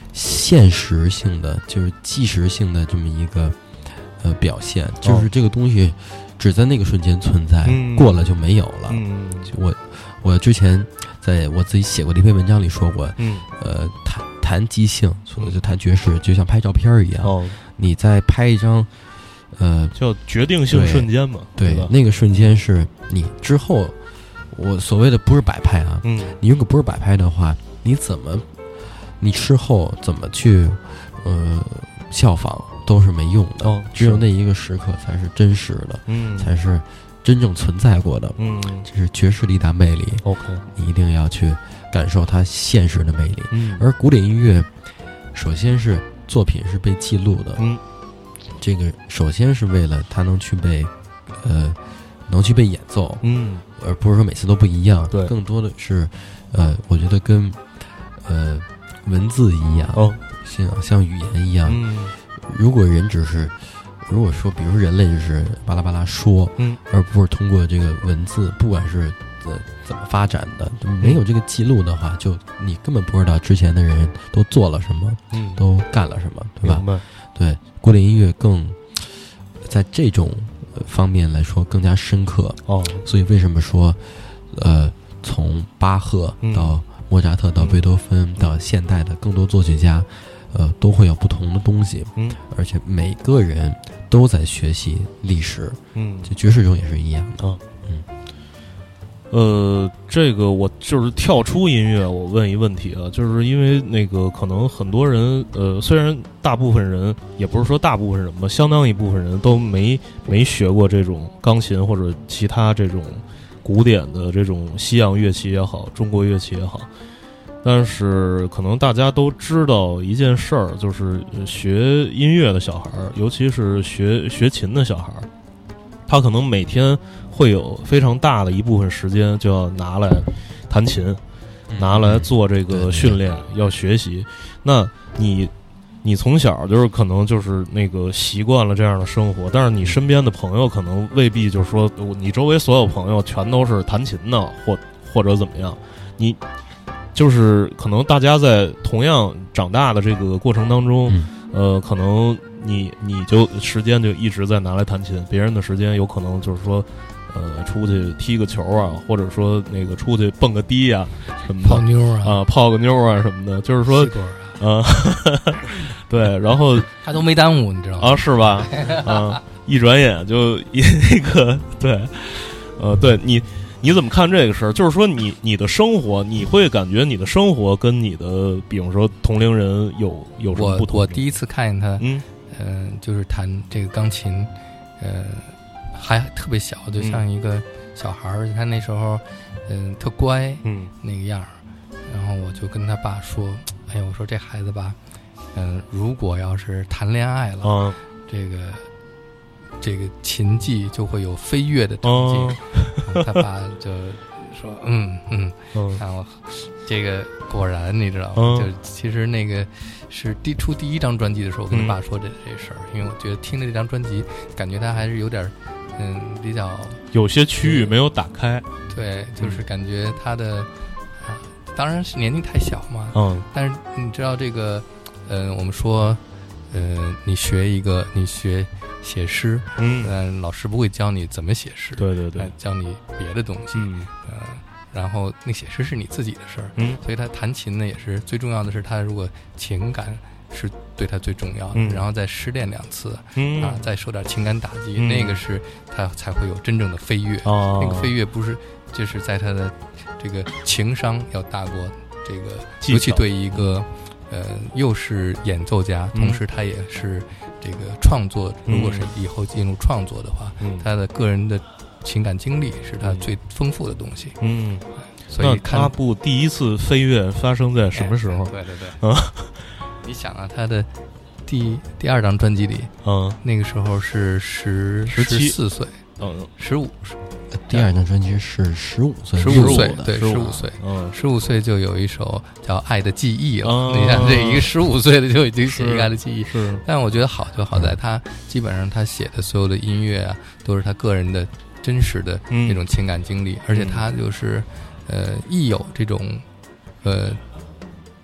现实性的，就是即时性的这么一个呃表现，就是这个东西只在那个瞬间存在， 嗯、 过了就没有了。 嗯， 我我之前在我自己写过的一篇文章里说过， 嗯， 呃，谈谈即兴，就谈爵士，就像拍照片一样。 哦， 你在拍一张，呃， 叫决定性瞬间嘛， 对， 对吧？ 那个瞬间是你之后，我所谓的不是摆拍啊， 嗯， 你如果不是摆拍的话，你怎么，你事后怎么去，呃，效仿都是没用的。 哦， 只有那一个时刻才是真实的， 嗯， 才是真正存在过的。 嗯， 这是爵士的一大魅力。 OK， 你一定要去感受它现实的魅力。 嗯， 而古典音乐，首先是作品是被记录的， 嗯， 这个首先是为了它能去被，呃，能去被演奏， 嗯， 而不是说每次都不一样。 对， 更多的是，呃，我觉得跟，呃，文字一样， 哦， 像像语言一样。 嗯， 如果人只是，如果说，比如说人类就是巴拉巴拉说， 嗯， 而不是通过这个文字，不管是呃怎么发展的，没有这个记录的话，就你根本不知道之前的人都做了什么， 嗯， 都干了什么，对吧？ 明白。 对，古典音乐更在这种方面来说更加深刻。 哦， 所以为什么说，呃，从巴赫到莫扎特到贝多芬、嗯、到现代的更多作曲家，呃，都会有不同的东西。 嗯， 而且每个人都在学习历史。 嗯， 就爵士中也是一样的。 啊， 嗯。 呃，这个我就是跳出音乐，我问一问题啊，就是因为那个可能很多人，呃，虽然大部分人也不是说大部分人吧，相当一部分人都没没学过这种钢琴或者其他这种古典的这种西洋乐器也好，中国乐器也好，但是可能大家都知道一件事儿，就是学音乐的小孩儿，尤其是学学琴的小孩儿，他可能每天会有非常大的一部分时间就要拿来弹琴， 嗯、 拿来做这个训练，对对对，要学习。那你你从小就是可能就是那个习惯了这样的生活，但是你身边的朋友可能未必就是说你周围所有朋友全都是弹琴的，或或者怎么样，你就是可能大家在同样长大的这个过程当中， 嗯、 呃，可能你你就时间就一直在拿来弹琴，别人的时间有可能就是说。呃，出去踢个球啊，或者说那个出去蹦个迪啊，什么的， 泡妞啊， 啊，泡个妞啊什么的，就是说，啊，对，然后他都没耽误，你知道吗？ 啊，是吧？啊，一转眼就那个，对，呃，对你你怎么看这个事儿？就是说你，你你的生活，你会感觉你的生活跟你的，比方说同龄人有有什么不同？ 我我第一次看见他， 嗯， 呃，就是弹这个钢琴，呃。还特别小，就像一个小孩儿。你看那时候，嗯、呃，特乖， 嗯， 那个样儿。然后我就跟他爸说：“哎呀，我说这孩子吧，嗯、呃，如果要是谈恋爱了， 啊、 这个这个琴技就会有飞跃的成绩。啊”他爸就说：“嗯嗯嗯。”然后这个果然，你知道吗？ 啊、 就其实那个是第出第一张专辑的时候，我跟他爸说这、嗯、这事儿，因为我觉得听了这张专辑，感觉他还是有点。嗯，比较有些区域没有打开， 对，就是感觉他的，啊，当然是年纪太小嘛， 嗯， 但是你知道这个，呃，我们说，呃，你学一个，你学写诗， 嗯， 呃，老师不会教你怎么写诗， 对对对， 教你别的东西， 嗯， 呃，然后那写诗是你自己的事儿， 嗯， 所以他弹琴呢也是最重要的是他如果情感。是对他最重要的， 嗯、 然后再失恋两次， 嗯啊，再受点情感打击， 嗯、 那个是他才会有真正的飞跃。 哦、 那个飞跃不是就是在他的这个情商要大过这个，尤其对一个呃又是演奏家， 嗯、 同时他也是这个创作。 嗯、 如果是以后进入创作的话， 嗯、 他的个人的情感经历是他最丰富的东西。 嗯， 所以那他不第一次飞跃发生在什么时候？ 哎、对对对，啊。你想啊，他的第第二张专辑里， 嗯， 那个时候是十十四岁， 嗯， 十五。 第二张专辑是十五岁， 十五岁，对，十五岁， 嗯， 十五岁就有一首叫《爱的记忆》了。 哦、 你看，这一个十五岁的就已经写一个《爱的记忆》， 是。 但我觉得好就好在他基本上他写的所有的音乐啊，都是他个人的真实的那种情感经历， 嗯、 而且他就是呃，亦有这种呃。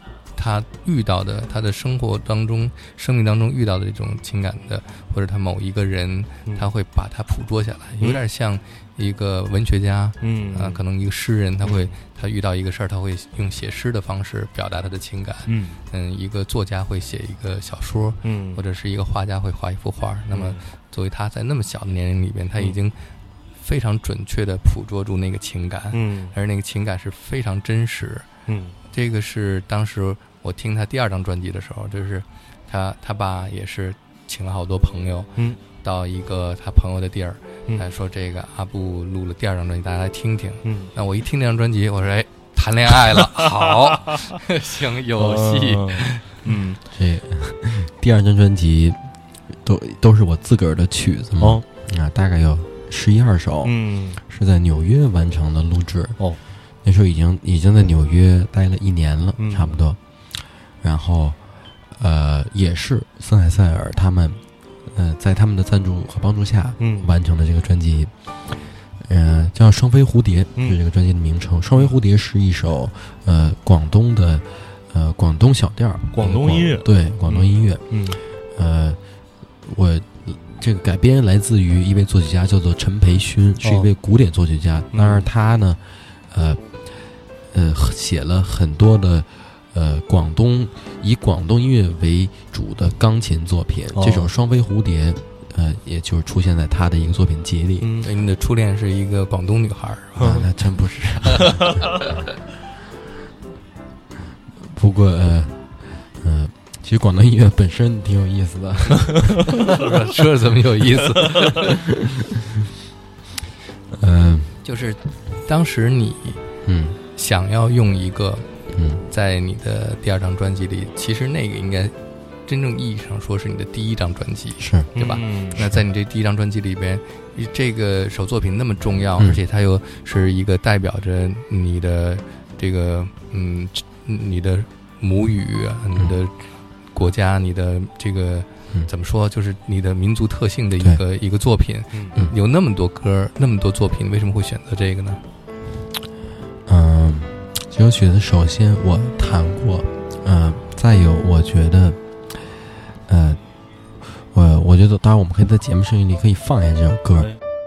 他遇到的，他的生活当中、生命当中遇到的这种情感的，或者他某一个人，他会把它捕捉下来，有点像一个文学家，嗯啊，可能一个诗人，他会他遇到一个事儿，他会用写诗的方式表达他的情感，嗯嗯，一个作家会写一个小说，嗯，或者是一个画家会画一幅画。那么，作为他在那么小的年龄里边，他已经非常准确地捕捉住那个情感，嗯，而那个情感是非常真实，嗯，这个是当时我听他第二张专辑的时候，就是他他爸也是请了好多朋友，嗯，到一个他朋友的地儿，嗯，他说这个阿布录了第二张专辑，大家来听听，嗯，那我一听这张专辑，我说哎，谈恋爱了，好，行，有戏， 哦嗯， 这第二张专辑都都是我自个儿的曲子嘛，哦，啊，大概有十一二首，嗯，是在纽约完成的录制，哦，那时候已经已经在纽约待了一年了，嗯，差不多，然后呃，也是森海塞尔他们，呃，在他们的赞助和帮助下，嗯，完成的这个专辑，呃，叫《双飞蝴蝶》，嗯，是这个专辑的名称。《双飞蝴蝶》是一首呃广东的呃广东小调， 广东音乐， 对，广东音乐，嗯，呃，我。这个改编来自于一位作曲家，叫做陈培勋，是一位古典作曲家。哦，当然，他呢，呃，呃，写了很多的呃广东以广东音乐为主的钢琴作品。哦，这首《双飞蝴蝶》呃，也就是出现在他的一个作品集里。 嗯，你的初恋是一个广东女孩啊？那真不是。不过，呃，呃。其实广东音乐本身挺有意思的， 说怎么有意思？ 嗯， 就是当时你嗯想要用一个嗯在你的第二张专辑里，其实那个应该真正意义上说是你的第一张专辑， 是对吧？嗯，那在你这第一张专辑里边，这个首作品那么重要，嗯，而且它又是一个代表着你的这个嗯你的母语啊，你的。国家，你的这个、嗯、怎么说？就是你的民族特性的一个一个作品，嗯，有那么多歌，那么多作品，为什么会选择这个呢？ 嗯，这首曲子首先我弹过，嗯、呃，再有我觉得，呃，我我觉得，当然我们可以在节目声音里可以放一下这首歌。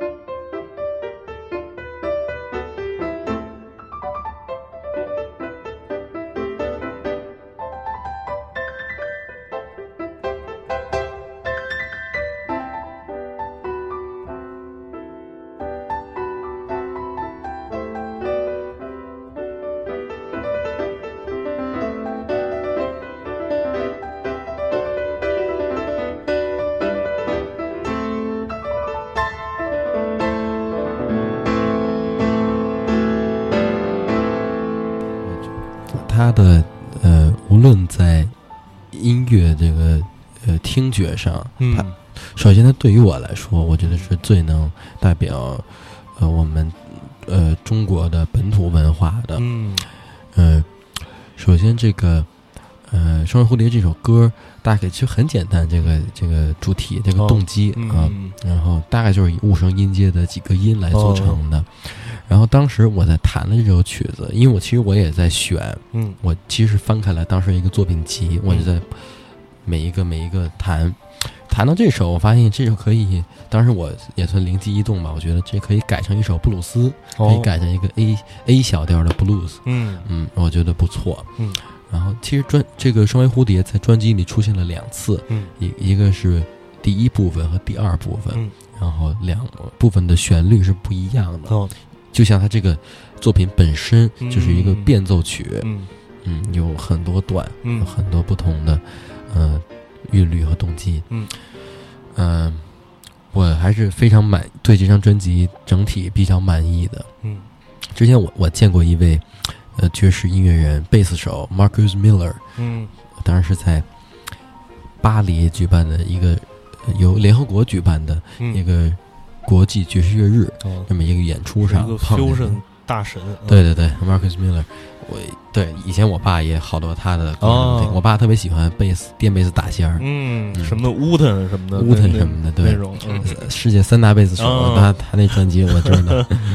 他的呃，无论在音乐这个呃听觉上，嗯，他首先他对于我来说，我觉得是最能代表呃我们呃中国的本土文化的，嗯，呃，首先这个呃《双人蝴蝶》这首歌，大概其实很简单，这个这个主题这个动机、哦、啊、嗯，然后大概就是以物声音阶的几个音来组成的。哦，然后当时我在弹了这首曲子，因为我其实我也在选，嗯，我其实翻开了当时一个作品集，我就在每一个每一个弹，弹到这首，我发现这首可以，当时我也算灵机一动吧，我觉得这可以改成一首布鲁斯，可以改成一个 A A 小调的布鲁斯，嗯嗯，我觉得不错，嗯。然后其实专这个双尾蝴蝶在专辑里出现了两次，嗯，一一个是第一部分和第二部分，嗯，然后两部分的旋律是不一样的，哦。就像他这个作品本身就是一个变奏曲，嗯 嗯, 嗯，有很多段，嗯，有很多不同的呃韵律和动机，嗯，呃，我还是非常满对这张专辑整体比较满意的。嗯，之前我我见过一位呃爵士音乐人贝斯手 Marcus Miller， 嗯，当然是在巴黎举办的一个由联合国举办的一个。嗯，国际爵士乐日，哦，这么一个演出上， 一个 fusion 大神， 对对对 ，Marcus Miller， 我对以前我爸也好多他的歌，哦，我爸特别喜欢贝斯电贝斯大仙儿， 嗯，嗯，什么乌腾什么的， 乌腾什么的，对， 那种，嗯， 世界三大贝斯手，哦，他他那专辑我知道，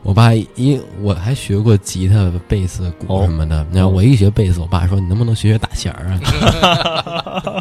我爸一我还学过吉他、贝斯、鼓什么的。然后我一学贝斯，我爸说：“你能不能学学打弦儿啊？”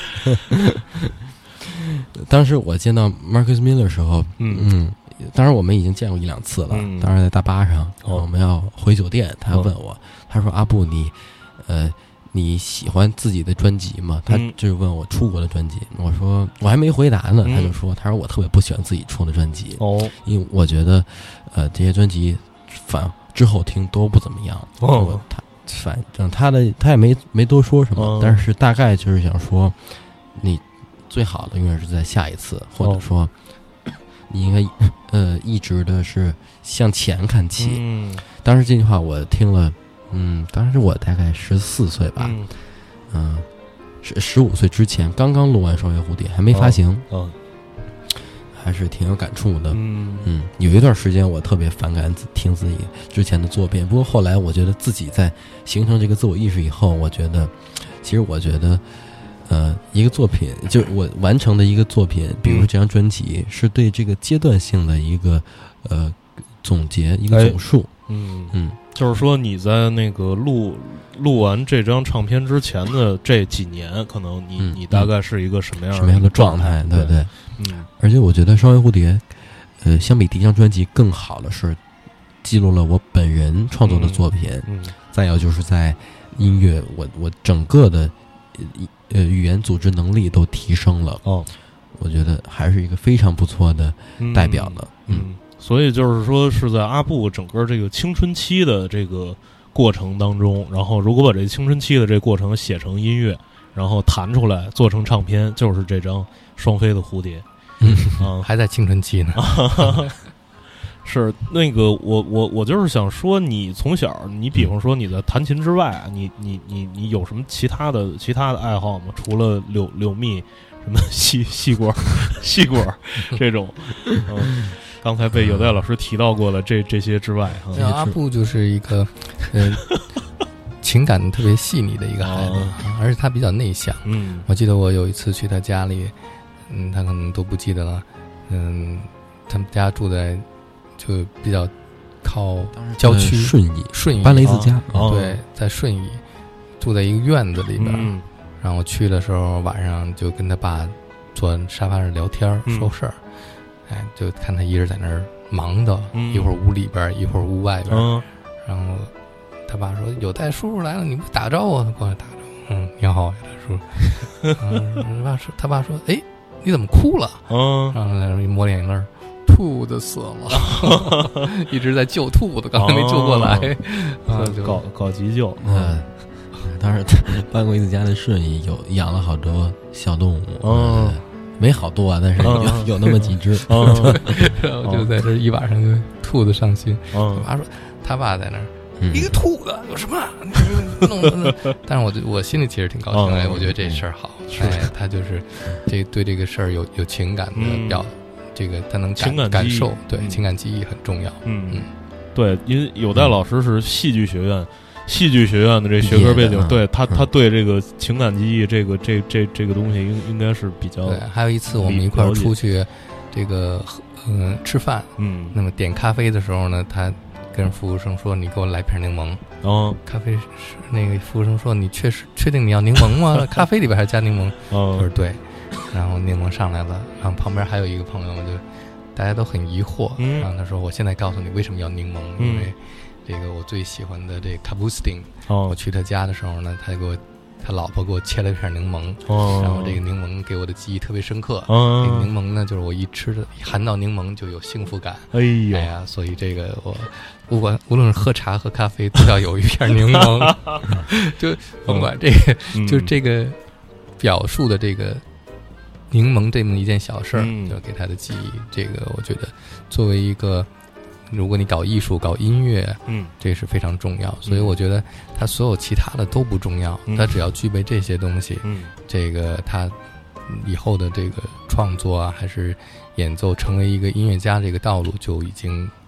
当时我见到 Marcus Miller 的时候，嗯嗯，当然我们已经见过一两次了。嗯、当时在大巴上，我们要回酒店，他问我，他说：“阿布，你呃。”你喜欢自己的专辑吗？他就是问我出国的专辑，我说我还没回答呢，他就说，他说我特别不喜欢自己出的专辑，哦，因为我觉得，呃，这些专辑反之后听都不怎么样。哦，他反正他的他也没没多说什么，哦、但是大概就是想说，你最好的永远是在下一次，或者说，哦、你应该呃一直的是向前看齐。嗯，当时这句话我听了。嗯，当时我大概十四岁吧，嗯，十十五岁之前刚刚录完《双月蝴蝶》，还没发行，嗯、哦，还是挺有感触的。嗯嗯，有一段时间我特别反感听自己之前的作品，不过后来我觉得自己在形成这个自我意识以后，我觉得，其实我觉得，呃，一个作品，就我完成的一个作品，比如这张专辑，是对这个阶段性的一个呃总结，一个总数。 嗯嗯。就是说你在那个录录完这张唱片之前的这几年，可能你、嗯、你大概是一个什么样的什么样的状态？对 对, 对，嗯。而且我觉得《双月蝴蝶》，呃，相比第一张专辑更好的是，记录了我本人创作的作品。嗯。嗯再有就是在音乐，我我整个的呃语言组织能力都提升了。哦。我觉得还是一个非常不错的代表了。嗯。嗯所以就是说，是在阿布整个这个青春期的这个过程当中，然后如果把这青春期的这个过程写成音乐，然后弹出来做成唱片，就是这张双飞的蝴蝶。 嗯，啊、还在青春期呢。 是那个我我我就是想说，你从小，你比方说你在弹琴之外，你你你你有什么其他的其他的爱好吗？除了柳柳蜜什么细细果细果这种，嗯。刚才被有代老师提到过了，这这些之外， 嗯、阿布就是一个，呃，情感特别细腻的一个孩子，哦、而且他比较内向。嗯，我记得我有一次去他家里，嗯，他可能都不记得了。嗯，他们家住在就比较靠郊区， 顺义， 顺义搬了一次家， 哦、对，在顺义住在一个院子里边。嗯、然后我去的时候，晚上就跟他爸坐沙发上聊天说事儿。嗯哎，就看他一人在那儿忙的，嗯、一会儿屋里边，一会儿屋外边。嗯、然后他爸说：“有代叔叔来了，你不打招呼？”他过来打招呼。嗯，你好，有代叔。嗯，他爸说：“他爸说，哎，你怎么哭了？”嗯，然后在那一抹眼泪，兔子死了，一直在救兔子，刚才没救过来， 哦、啊，搞搞急救。 嗯，当时搬过一次家的顺义，有养了好多小动物。嗯。没好多啊，但是有、嗯、有那么几只， 嗯、然后就在这一晚上就兔子上心。嗯、他爸说，他爸在那儿、嗯、一个兔子有什么？弄弄但是我我心里其实挺高兴的，嗯、我觉得这事儿好，哎，他就是这对这个事儿有有情感的表，嗯、这个他能感情感感受，对、嗯、情感记忆很重要。 嗯嗯，对，因为有代老师是戏剧学院。戏剧学院的这学科背景，对他，他对这个情感记忆，这个这这这个东西应应该是比较。 对，还有一次我们一块儿出去，这个嗯吃饭，嗯，那么点咖啡的时候呢，他跟服务生说：“你给我来瓶柠檬。”哦，咖啡是那个服务生说：“你确实确定你要柠檬吗？咖啡里边还加柠檬？”哦，他说对，然后柠檬上来了，然后旁边还有一个朋友就大家都很疑惑，嗯、然后他说：“我现在告诉你为什么要柠檬，嗯、因为。”这个我最喜欢的这卡布斯汀，我去他家的时候呢，他给我，他老婆给我切了一片柠檬，哦、然后这个柠檬给我的记忆特别深刻。哦、这个柠檬呢，就是我一吃的，一含到柠檬就有幸福感。哎呀，哎呀，所以这个我不管无论是喝茶喝咖啡，都要有一片柠檬，就甭管这个，嗯、就是这个表述的这个柠檬这么一件小事儿，嗯、就给他的记忆。这个我觉得作为一个。如果你搞艺术、搞音乐，嗯，这是非常重要。所以我觉得他所有其他的都不重要，他、嗯、只要具备这些东西，嗯，这个他以后的这个创作啊，还是演奏，成为一个音乐家这个道路就已经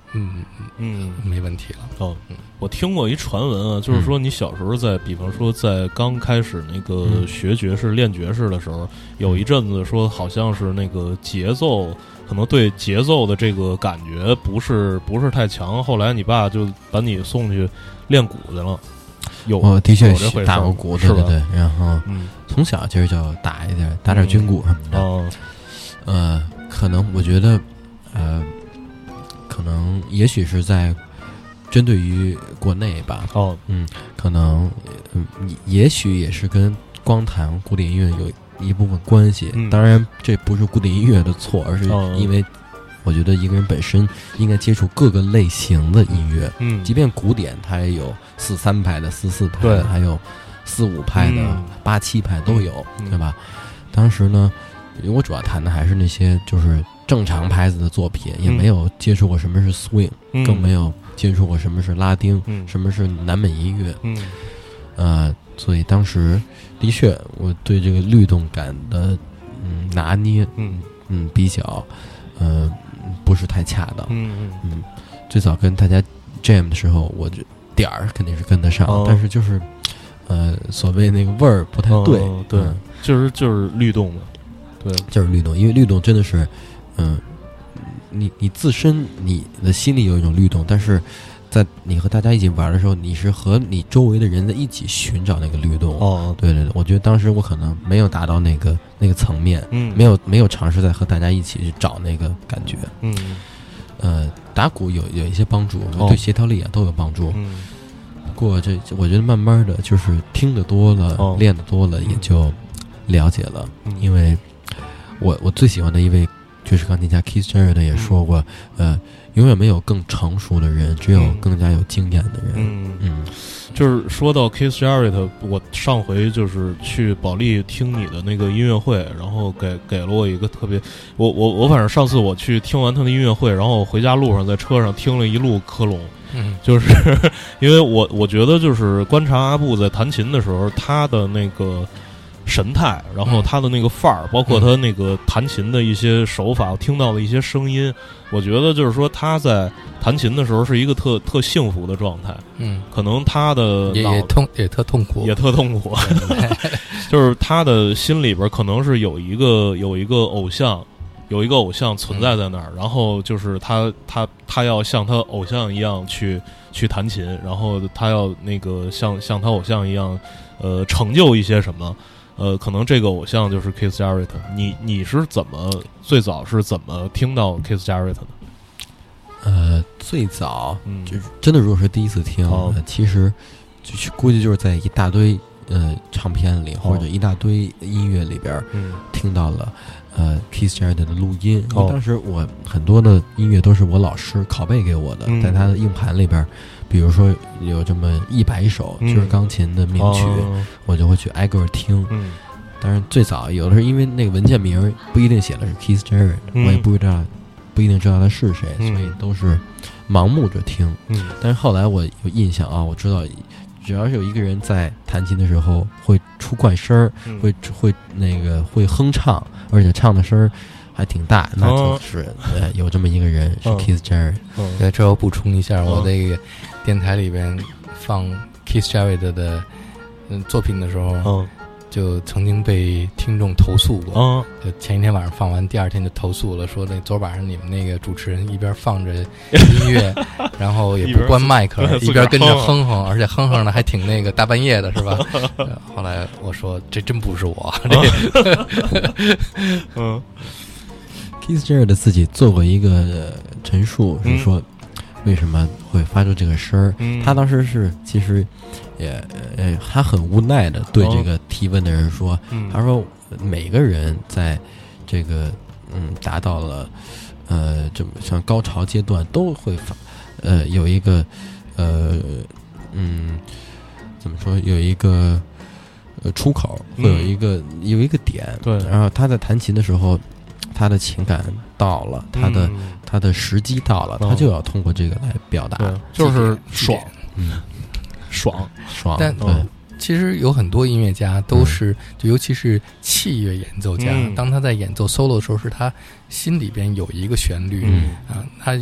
嗯嗯，没问题了。 哦，我听过一传闻啊，就是说你小时候在，比方说在刚开始那个学爵士、练爵士的时候，有一阵子说好像是那个节奏，可能对节奏的这个感觉不是不是太强。后来你爸就把你送去练鼓去了。有， 我的确打过鼓，对对对。然后， 嗯， 从小其实就打一点，打点军鼓什么的。 哦， 呃，可能我觉得，呃。可能也许是在针对于国内吧， 哦， 嗯，可能嗯，也许也是跟光弹古典音乐有一部分关系。 嗯、 当然，这不是古典音乐的错，而是因为我觉得一个人本身应该接触各个类型的音乐。嗯，即便古典，它也有四三拍的、四四拍的，还有四五拍的、嗯、八七拍都有， 嗯、 对吧？当时呢，我主要弹的还是那些就是正常拍子的作品，也没有接触过什么是 swing，、嗯、更没有接触过什么是拉丁， 嗯、 什么是南美音乐。 嗯， 呃，所以当时的确我对这个律动感的嗯拿捏， 嗯嗯比较呃不是太恰当。 嗯嗯嗯，最早跟大家 jam 的时候，我就点儿肯定是跟得上， 哦、 但是就是呃所谓那个味儿不太对。 哦、对，嗯、就是就是律动的，对， 就是律动，因为律动真的是。嗯，你你自身你的心里有一种律动，但是在你和大家一起玩的时候，你是和你周围的人在一起寻找那个律动。 哦， 对对对，我觉得当时我可能没有达到那个那个层面， 嗯， 没有没有尝试在和大家一起去找那个感觉。 嗯， 呃，打鼓有有一些帮助，对协调力啊都有帮助。 嗯， 不过这我觉得慢慢的就是听得多了， 哦、 练得多了也就了解了。 嗯、 因为我我最喜欢的一位。就是钢琴家 Keith Jarrett 也说过， 嗯、 呃，永远没有更成熟的人，只有更加有经验的人。 嗯嗯， 就是说到 Keith Jarrett， 我上回就是去保利听你的那个音乐会，然后给给了我一个特别，我我我反正上次我去听完他的音乐会，然后我回家路上在车上听了一路科隆。 嗯， 就是因为我我觉得就是观察阿布在弹琴的时候，他的那个神态，然后他的那个范儿，包括他那个弹琴的一些手法，我听到的一些声音，我觉得就是说他在弹琴的时候是一个特特幸福的状态。 嗯， 可能他的也也痛也特痛苦， 也特痛苦，就是他的心里边可能是有一个有一个偶像，有一个偶像存在在那儿，嗯、然后就是他他他要像他偶像一样去去弹琴，然后他要那个像像他偶像一样，呃，成就一些什么。呃，可能这个偶像就是 Keith Jarrett。你你是怎么最早是怎么听到 Keith Jarrett 的？ 呃，最早， 嗯， 就是真的，如果是第一次听， 哦呃、其实就估计就是在一大堆呃唱片里、 哦、 或者一大堆音乐里边， 嗯， 听到了呃 Keith Jarrett 的录音。 哦、 因为当时我很多的音乐都是我老师拷贝给我的， 嗯、 在他的硬盘里边。比如说有这么一百首就是钢琴的名曲， 嗯、 我就会去挨个听。 嗯， 当然最早有的是因为那个文件名不一定写的是 Keith Jarrett，、嗯、我也不知道不一定知道他是谁， 嗯、 所以都是盲目着听。 嗯， 但是后来我有印象啊，我知道只要是有一个人在弹琴的时候会出怪声儿、 嗯， 会会那个会哼唱，而且唱的声儿还挺大，那就是、哦、呃有这么一个人是 Keith Jarrett。 嗯，对，这我补充一下，我这个电台里边放 Keith Jarrett 的嗯作品的时候， 嗯， 就曾经被听众投诉过。 嗯， 就前一天晚上放完，第二天就投诉了，说那昨晚上你们那个主持人一边放着音乐，然后也不关麦克，一边跟着哼哼，而且哼哼的还挺那个大半夜的，是吧？后来我说这真不是我。 嗯。 Keith Jarrett 自己做过一个、呃、陈述，是说为什么会发出这个声儿、 嗯。他当时是其实也呃他很无奈的对这个提问的人说， 哦、 他说每个人在这个嗯达到了呃这么像高潮阶段都会发呃有一个呃嗯怎么说有一个呃出口，会有一个、嗯、有一个点， 对， 然后他在弹琴的时候。他的情感到了，他的、 嗯、 他的时机到了、嗯，他就要通过这个来表达， 就是爽， 嗯， 爽爽。 但对、嗯， 其实有很多音乐家都是，嗯、就尤其是器乐演奏家、 嗯， 当他在演奏 solo 的时候，是他心里边有一个旋律， 嗯啊，他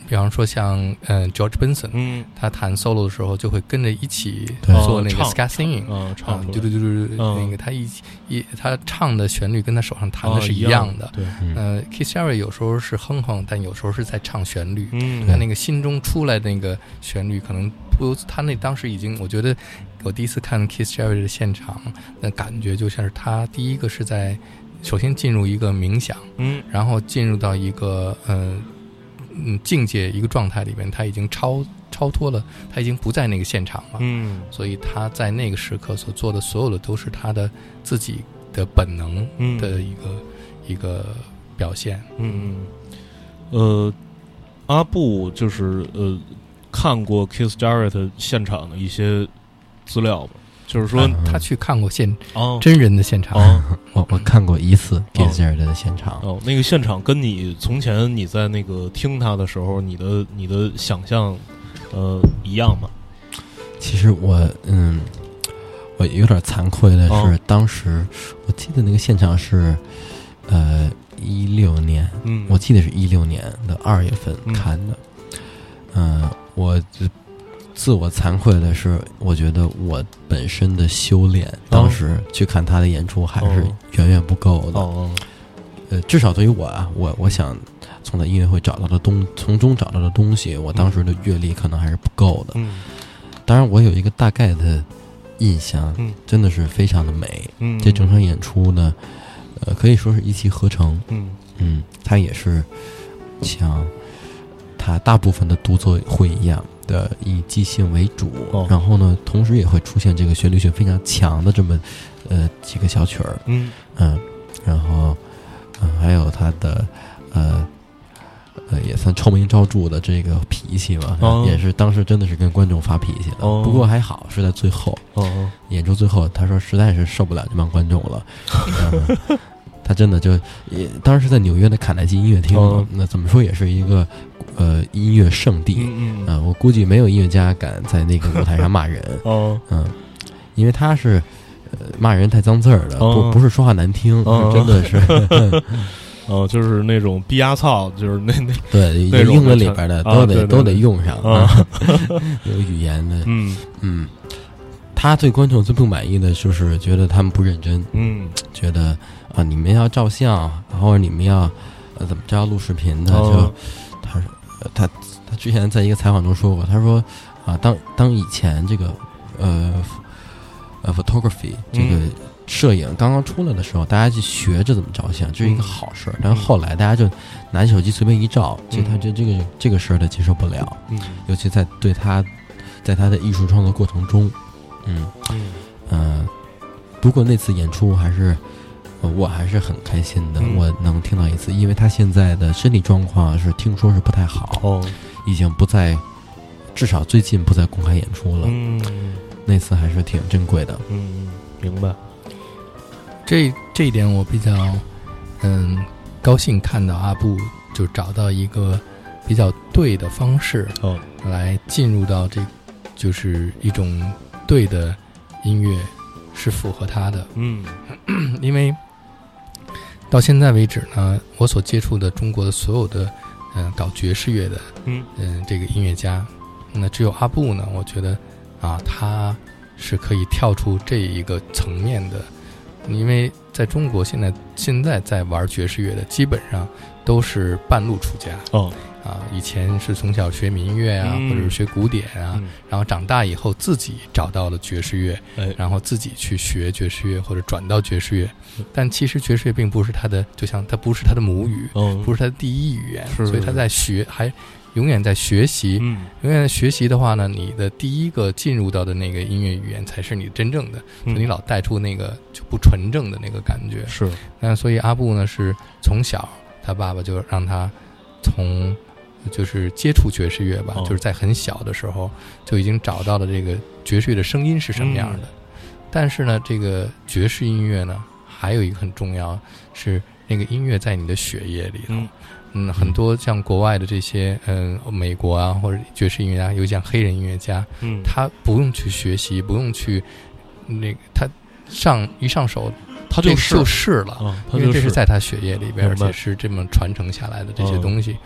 比方说像嗯 George Benson， 嗯， 他弹 solo 的时候就会跟着一起对做那个哦 ska singing， 嗯，唱出来对对对对， 嗯那个他一一他唱的旋律跟他手上弹的是哦一样的。 对， 嗯呃 Keith Jarrett 有时候是哼哼，但有时候是在唱旋律。 嗯， 他那个心中出来的那个旋律，可能不，他那当时已经，我觉得我第一次看 Keith Jarrett 的现场，那感觉就像是他第一个是在首先进入一个冥想， 嗯， 然后进入到一个呃嗯境界一个状态里面，他已经超超脱了，他已经不在那个现场了， 嗯， 所以他在那个时刻所做的所有的都是他的自己的本能的一个、嗯、一个表现。 嗯嗯，呃，阿布就是呃看过 Keith Jarrett 现场的一些资料吧。就是说， 他去看过现、 哦、 真人的现场。 哦、 我我看过一次 Keith Jarrett 的现场。 哦，那个现场跟你从前你在那个听他的时候，你的你的想象，呃，一样吗？ 其实我嗯，我有点惭愧的是， 哦、 当时我记得那个现场是，呃，一六年， 嗯， 我记得是一六年的二月份看的。嗯、呃，我就。自我惭愧的是，我觉得我本身的修炼，当时去看他的演出还是远远不够的。 哦， 呃，至少对于我啊，我我想从他音乐会找到的东，从中找到的东西，我当时的阅历可能还是不够的。 嗯， 当然我有一个大概的印象， 嗯， 真的是非常的美。 嗯， 这整场演出呢，呃，可以说是一气呵成。 嗯嗯，他也是像他大部分的独奏会一样。的以即兴为主、哦，然后呢，同时也会出现这个旋律性非常强的这么，呃，几个小曲儿， 嗯嗯，然后，嗯，还有他的，呃，呃，也算臭名昭著的这个脾气嘛， 哦、 也是当时真的是跟观众发脾气的。 哦、 不过还好是在最后， 哦， 演出最后，他说实在是受不了这帮观众了。嗯他真的就也当时是在纽约的卡耐基音乐厅、哦，那怎么说也是一个呃音乐圣地。 嗯嗯、 呃，我估计没有音乐家敢在那个舞台上骂人。 哦， 嗯，因为他是呃骂人太脏字儿的， 哦、 不不是说话难听， 哦、 是真的是。 哦，就是那种逼牙操，就是那那对英文里边的都得、啊、 对对对都得用上啊， 有语言的。 嗯嗯，他对观众最不满意的就是觉得他们不认真。 嗯， 觉得。啊，你们要照相，或者你们要呃怎么着录视频的？ 哦、 就他说、呃、他他之前在一个采访中说过，他说啊，当当以前这个呃呃 photography 这个摄影刚刚出来的时候，嗯、大家去学着怎么照相，这是一个好事。嗯、但是后来大家就拿起手机随便一照，其实他这这个这个事儿他接受不了。 嗯， 尤其在对他在他的艺术创作过程中，嗯嗯呃，不过那次演出还是。我还是很开心的、嗯，我能听到一次，因为他现在的身体状况是听说是不太好， 哦， 已经不在，至少最近不再公开演出了。 嗯， 那次还是挺珍贵的。 嗯，明白。 这这一点我比较嗯高兴，看到阿布就找到一个比较对的方式， 哦， 来进入到这，就是一种对的音乐是符合他的。 嗯， 因为。到现在为止呢，我所接触的中国的所有的，嗯、呃，搞爵士乐的， 嗯嗯、呃，这个音乐家，那只有阿布呢，我觉得啊，他是可以跳出这一个层面的，因为在中国现在现在在玩爵士乐的基本上都是半路出家哦。 啊，以前是从小学民乐啊， 嗯、 或者是学古典啊、 嗯， 然后长大以后自己找到了爵士乐， 哎、 然后自己去学爵士乐或者转到爵士乐，但其实爵士乐并不是他的，就像他不是他的母语， 嗯、 不是他的第一语言， 所以他在学，还永远在学习， 嗯、 永远在学习的话呢，你的第一个进入到的那个音乐语言才是你真正的， 嗯、 所以你老带出那个就不纯正的那个感觉。 是， 那所以阿布呢是从小他爸爸就让他从。就是接触爵士乐吧、 哦， 就是在很小的时候就已经找到了这个爵士乐的声音是什么样的。嗯、但是呢，这个爵士音乐呢，还有一个很重要，是那个音乐在你的血液里头。 嗯, 嗯，很多像国外的这些，嗯，美国啊或者爵士音乐家，尤其像黑人音乐家， 嗯， 他不用去学习，不用去那个他上一上手。 他就就是了、 哦， 因为这是在他血液里边，而且是这么传承下来的这些东西。 哦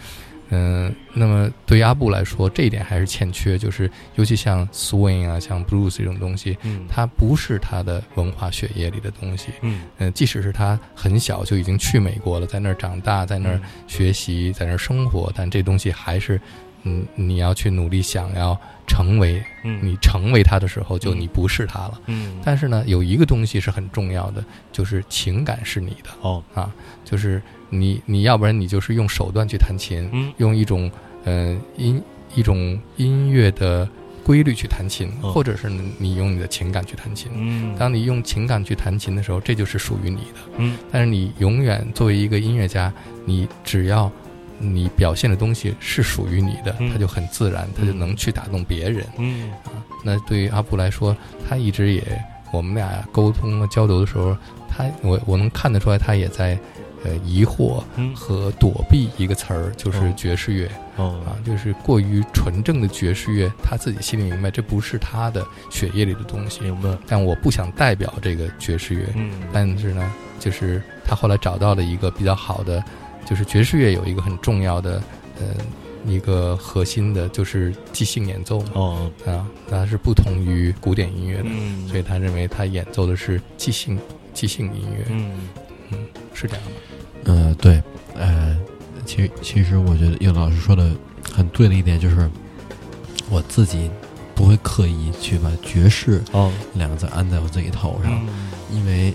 嗯、呃，那么对于阿布来说，这一点还是欠缺，就是尤其像 swing 啊，像 blues 这种东西， 嗯， 它不是他的文化血液里的东西， 嗯， 呃，即使是他很小就已经去美国了，在那儿长大，在那儿学习，在那儿生活，但这东西还是，嗯，你要去努力想要成为， 嗯， 你成为他的时候，就你不是他了， 嗯， 但是呢，有一个东西是很重要的，就是情感是你的， 哦， 啊，就是你，你要不然你就是用手段去弹琴， 嗯， 用一种，呃，音一种音乐的规律去弹琴， 哦， 或者是你用你的情感去弹琴。 嗯， 当你用情感去弹琴的时候，这就是属于你的。 嗯， 但是你永远作为一个音乐家，你只要你表现的东西是属于你的， 嗯， 它就很自然，它就能去打动别人。 嗯， 啊，那对于阿布来说，他一直也，我们俩沟通和交流的时候，他我我能看得出来，他也在。呃，疑惑和躲避一个词儿，就是爵士乐， 哦， 啊，就是过于纯正的爵士乐，他自己心里明白这不是他的血液里的东西， 明白。 但我不想代表这个爵士乐， 嗯， 但是呢，就是他后来找到了一个比较好的，就是爵士乐有一个很重要的，呃，一个核心的就是即兴演奏， 哦， 啊，它是不同于古典音乐的， 嗯， 所以他认为他演奏的是即兴即兴音乐， 嗯嗯，是这样的。 呃，对，呃，其实其实我觉得叶老师说的很对的一点就是，我自己不会刻意去把爵士哦两个字安在我自己头上， 嗯， 因为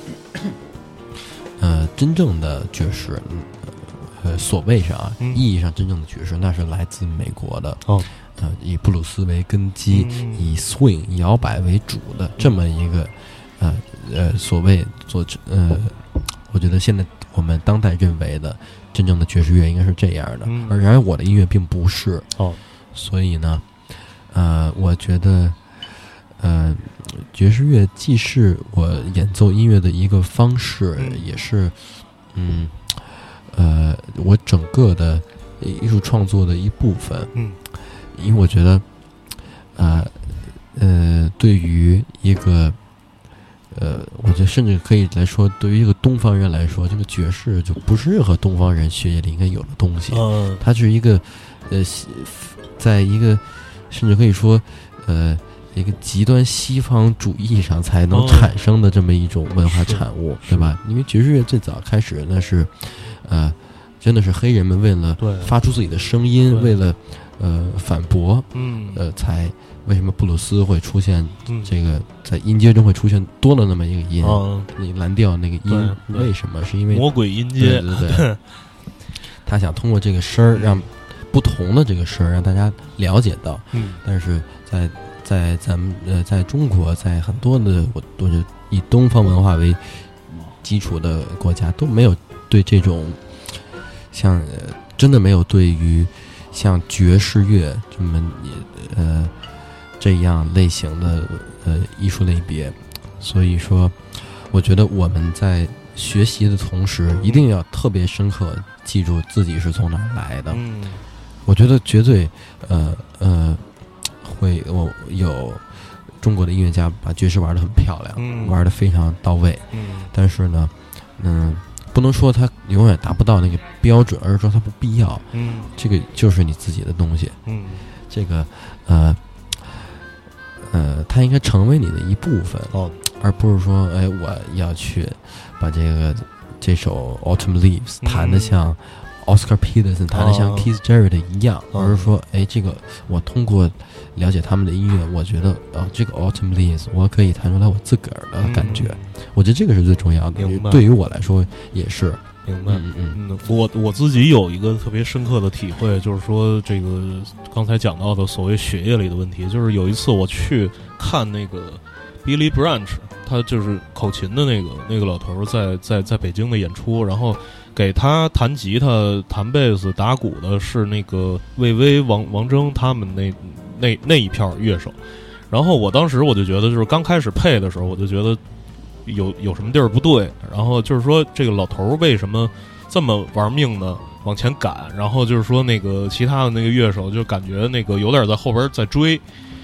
呃，真正的爵士，呃，所谓上啊， 嗯、 意义上真正的爵士，那是来自美国的， 哦， 呃，以布鲁斯为根基， 嗯、 以 swing 摇摆为主的这么一个，呃呃，所谓做呃，我觉得现在。我们当代认为的真正的爵士乐应该是这样的， 嗯、 而然而我的音乐并不是哦， 所以呢，呃，我觉得，呃，爵士乐既是我演奏音乐的一个方式， 嗯、 也是，嗯，呃，我整个的艺术创作的一部分。 嗯， 因为我觉得，呃，呃，对于一个。呃，我觉得甚至可以来说，对于一个东方人来说，这个爵士就不是任何东方人血液里应该有的东西。 嗯， 它是一个，呃，在一个甚至可以说，呃，一个极端西方主义上才能产生的这么一种文化产物， 哦、 对吧？因为爵士乐最早开始那是，呃，真的是黑人们为了发出自己的声音，为了呃反驳， 嗯， 呃，才。为什么布鲁斯会出现这个、 嗯、 在音阶中会出现多了那么一个音？ 嗯， 你蓝调那个音为什么？是因为魔鬼音阶， 对对对。他想通过这个声儿，让不同的这个声儿让大家了解到。 嗯， 但是在在咱们呃，在中国，在很多的我都是以东方文化为基础的国家都没有对这种像、呃、真的没有对于像爵士乐这么呃。这样类型的呃艺术类别，所以说，我觉得我们在学习的同时，一定要特别深刻记住自己是从哪儿来的。 嗯， 我觉得绝对呃呃会我有中国的音乐家把爵士玩得很漂亮， 嗯、 玩得非常到位。 嗯， 但是呢，嗯，不能说他永远达不到那个标准，而是说他不必要。 嗯， 这个就是你自己的东西。 嗯， 这个呃。呃，它应该成为你的一部分， 哦， 而不是说，哎，我要去把这个这首 Autumn Leaves 弹得像 Oscar Peterson、嗯、弹得像 Keith Jarrett 一样， 哦、 而是说，哎，这个我通过了解他们的音乐，我觉得啊、哦，这个 Autumn Leaves 我可以弹出来我自个儿的感觉、嗯，我觉得这个是最重要的。对于我来说也是。 明白， 嗯嗯嗯，我我自己有一个特别深刻的体会，就是说这个刚才讲到的所谓血液里的问题，就是有一次我去看那个 Billy Branch， 他就是口琴的那个那个老头在在在北京的演出，然后给他弹吉他、弹贝斯、打鼓的是那个魏巍、王王铮他们那那那一票乐手，然后我当时我就觉得，就是刚开始配的时候，我就觉得。有有什么地儿不对，然后就是说这个老头为什么这么玩命呢？往前赶，然后就是说那个其他的那个乐手就感觉那个有点在后边在追，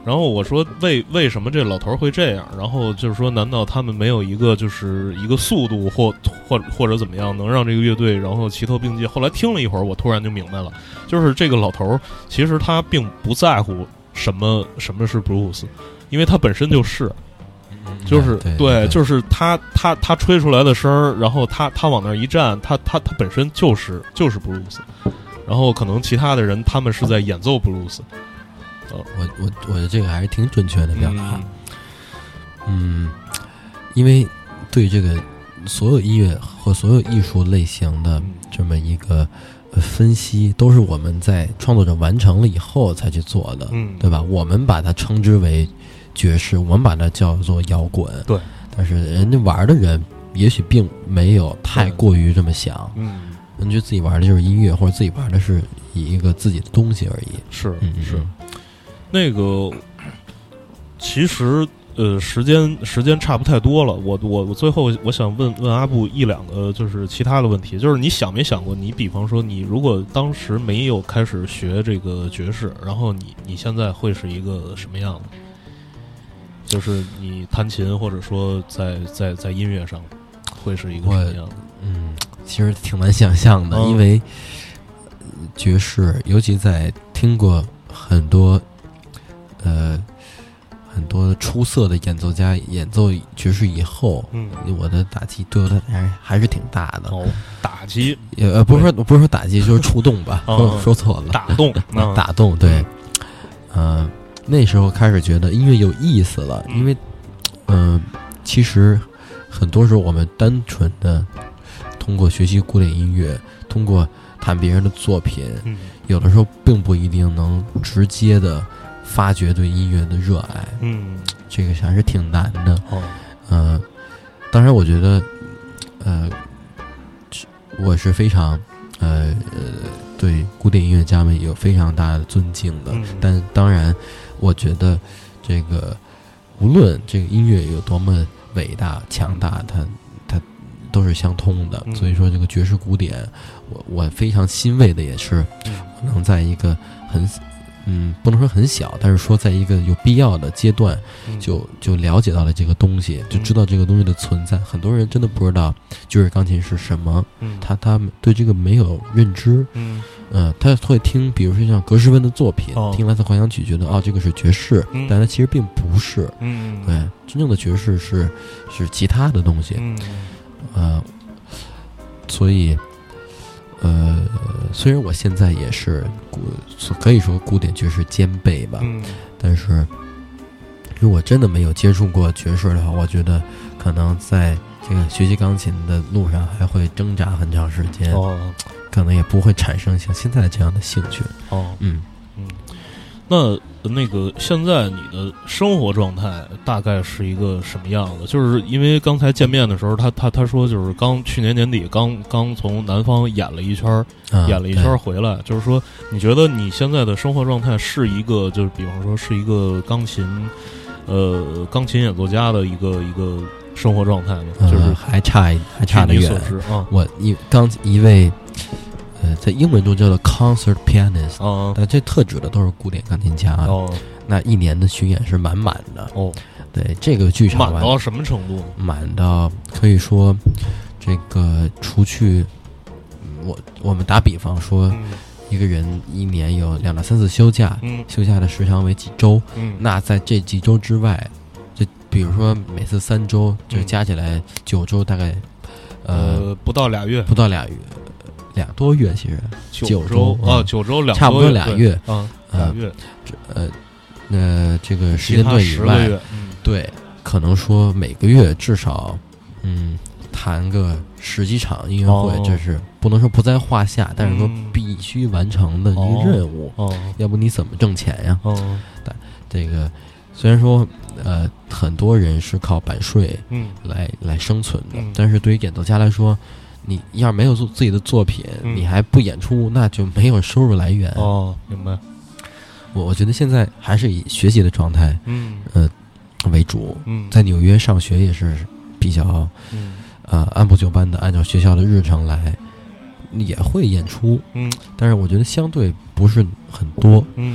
然后我说为为什么这老头会这样？然后就是说，难道他们没有一个就是一个速度或或或者怎么样，能让这个乐队然后齐头并进？后来听了一会儿，我突然就明白了，就是这个老头其实他并不在乎什么什么是布鲁斯，因为他本身就是。就是、 嗯、对, 对, 对，就是他他他吹出来的声儿，然后他他往那儿一站，他他他本身就是就是布鲁斯，然后可能其他的人他们是在演奏布鲁斯。 呃，我我我觉得这个还是挺准确的表达。嗯, 嗯，因为对这个所有音乐和所有艺术类型的这么一个分析，都是我们在创作者完成了以后才去做的， 嗯， 对吧？我们把它称之为爵士，我们把它叫做摇滚， 对。 但是人家玩的人也许并没有太过于这么想， 嗯， 人觉得自己玩的就是音乐，或者自己玩的是一个自己的东西而已。 是， 嗯是。那个，其实呃，时间时间差不太多了。我我我最后我想问问阿布一两个就是其他的问题，就是你想没想过，你比方说你如果当时没有开始学这个爵士，然后你你现在会是一个什么样的？就是你弹琴，或者说在在在音乐上，会是一个什么样的？ 嗯，其实挺难想象的， 嗯、 因为爵士，尤其在听过很多呃很多出色的演奏家演奏爵士以后， 嗯， 我的打击对我的还是还是挺大的。 哦，打击， 呃，不是说不是说打击，就是触动吧？ 哦、 说说错了， 打动，嗯、 打动，对，嗯。呃那时候开始觉得音乐有意思了，因为，嗯、呃，其实很多时候我们单纯的通过学习古典音乐，通过弹别人的作品， 嗯、 有的时候并不一定能直接的发掘对音乐的热爱。 嗯， 这个还是挺难的。 哦， 嗯、呃，当然，我觉得，呃，我是非常，呃呃，对古典音乐家们有非常大的尊敬的， 嗯、 但当然。我觉得，这个无论这个音乐有多么伟大、强大，它它都是相通的。 嗯、 所以说，这个爵士古典，我我非常欣慰的也是，我能在一个很嗯不能说很小，但是说在一个有必要的阶段，就就了解到了这个东西，就知道这个东西的存在。很多人真的不知道爵士钢琴是什么，他他对这个没有认知。 嗯。 呃，他会听，比如说像格什温的作品， 哦、 听蓝色幻想曲，觉得哦，这个是爵士， 嗯、 但它其实并不是。 嗯， 对，真正的爵士是是其他的东西。 嗯， 呃，所以，呃，虽然我现在也是古，可以说古典爵士兼备吧， 嗯， 但是如果真的没有接触过爵士的话，我觉得可能在这个学习钢琴的路上还会挣扎很长时间。 哦。 可能也不会产生像现在这样的兴趣。 哦， 嗯嗯，那那个现在你的生活状态大概是一个什么样的？就是因为刚才见面的时候，他他他说就是刚去年年底刚刚从南方演了一圈， 啊、 演了一圈回来，就是说你觉得你现在的生活状态是一个，就是比方说是一个钢琴，呃，钢琴演奏家的一个一个生活状态吗？ 呃、 就是还差还差得远啊！ 我一刚一位。呃，在英文中叫做 concert pianist， 哦， 但这特指的都是古典钢琴家。 哦， 那一年的巡演是满满的。 哦， 对，这个剧场满到什么程度？ 满到可以说，这个除去我我们打比方说， 嗯、 一个人一年有两到三次休假， 嗯， 休假的时长为几周， 嗯， 那在这几周之外，就比如说每次三周，就加起来九周，大概、 嗯、呃不到俩月， 不到俩月。俩多月，其实九周啊，九周两差不多俩月啊，俩月， 呃，那这个时间段以外， 嗯， 对，可能说每个月至少，嗯，弹个十几场音乐会， 哦、 这是不能说不在话下，但是说必须完成的一个任务。 哦， 要不你怎么挣钱呀？ 哦， 但这个虽然说，呃，很多人是靠版税， 嗯， 来来生存的， 嗯、 但是对于演奏家来说。你要是没有做自己的作品、 嗯， 你还不演出，那就没有收入来源。 哦，明白。 我我觉得现在还是以学习的状态， 嗯， 呃，为主。 嗯， 在纽约上学也是比较， 嗯， 呃，按部就班的按照学校的日程来，也会演出。 嗯， 但是我觉得相对不是很多。 嗯，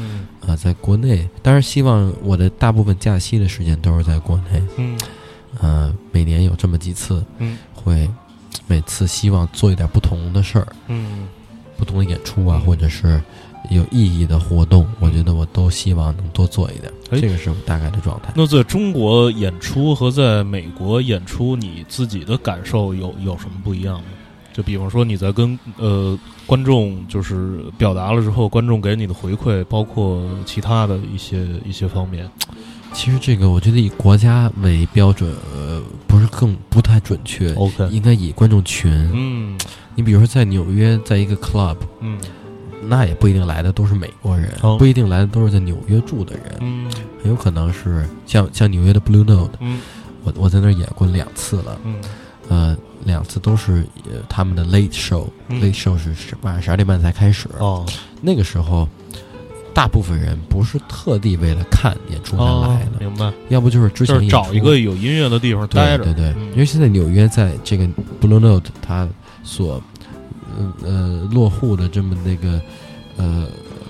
呃，在国内，当然希望我的大部分假期的时间都是在国内。 嗯， 呃，每年有这么几次， 嗯， 会每次希望做一点不同的事儿， 嗯， 不同的演出啊， 嗯或者是有意义的活动，我觉得我都希望能多做一点。 哎这个是我大概的状态。 那在中国演出和在美国演出，你自己的感受有有什么不一样吗？就比方说你在跟呃观众就是表达了之后，观众给你的回馈，包括其他的一些一些方面。 其实这个我觉得以国家为标准，呃，不是更不太准确。 OK， 应该以观众群。 嗯， 你比如说在纽约，在一个 club， 嗯， 那也不一定来的都是美国人， 哦不一定来的都是在纽约住的人， 嗯， 很有可能是像像纽约的 Blue Note， 嗯， 我我在那儿演过两次了， 嗯， 呃，两次都是呃他们的 late show，late、 嗯、 show 是十晚上十二点半才开始， 哦， 那个时候。大部分人不是特地为了看演出才来的， 哦、明白？ 要不就是之前就是找一个有音乐的地方待着， 对对对， 嗯、 因为现在纽约在这个 Blue Note 它所呃呃落户的这么那个呃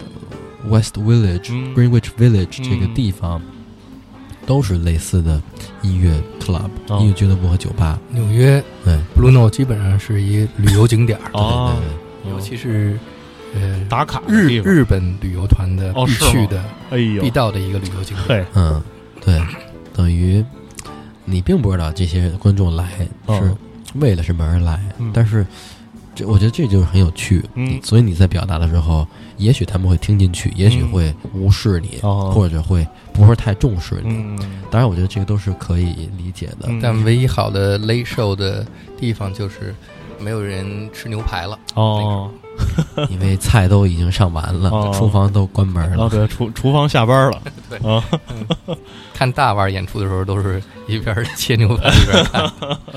West Village、、嗯、Greenwich Village 这个地方、嗯，都是类似的音乐 club、哦、音乐俱乐部和酒吧。 纽约对 Blue Note 基本上是一旅游景点哦， 对对对， 尤其是。呃， 打卡日日本旅游团的必去的、 哎呦必到的一个旅游景点。 嗯，对，等于你并不知道这些观众来是为了什么而来， 嗯、 但是这我觉得这就是很有趣。 嗯， 所以你在表达的时候，也许他们会听进去，也许会无视你， 嗯、 或者会不是太重视你。 嗯， 当然，我觉得这个都是可以理解的。 嗯、但唯一好的 late show 的地方就是没有人吃牛排了。 哦。 因为菜都已经上完了， 哦、 厨房都关门了。 哦，对，厨厨房下班了。 对啊、 嗯，看大腕演出的时候，都是一边切牛排一边看。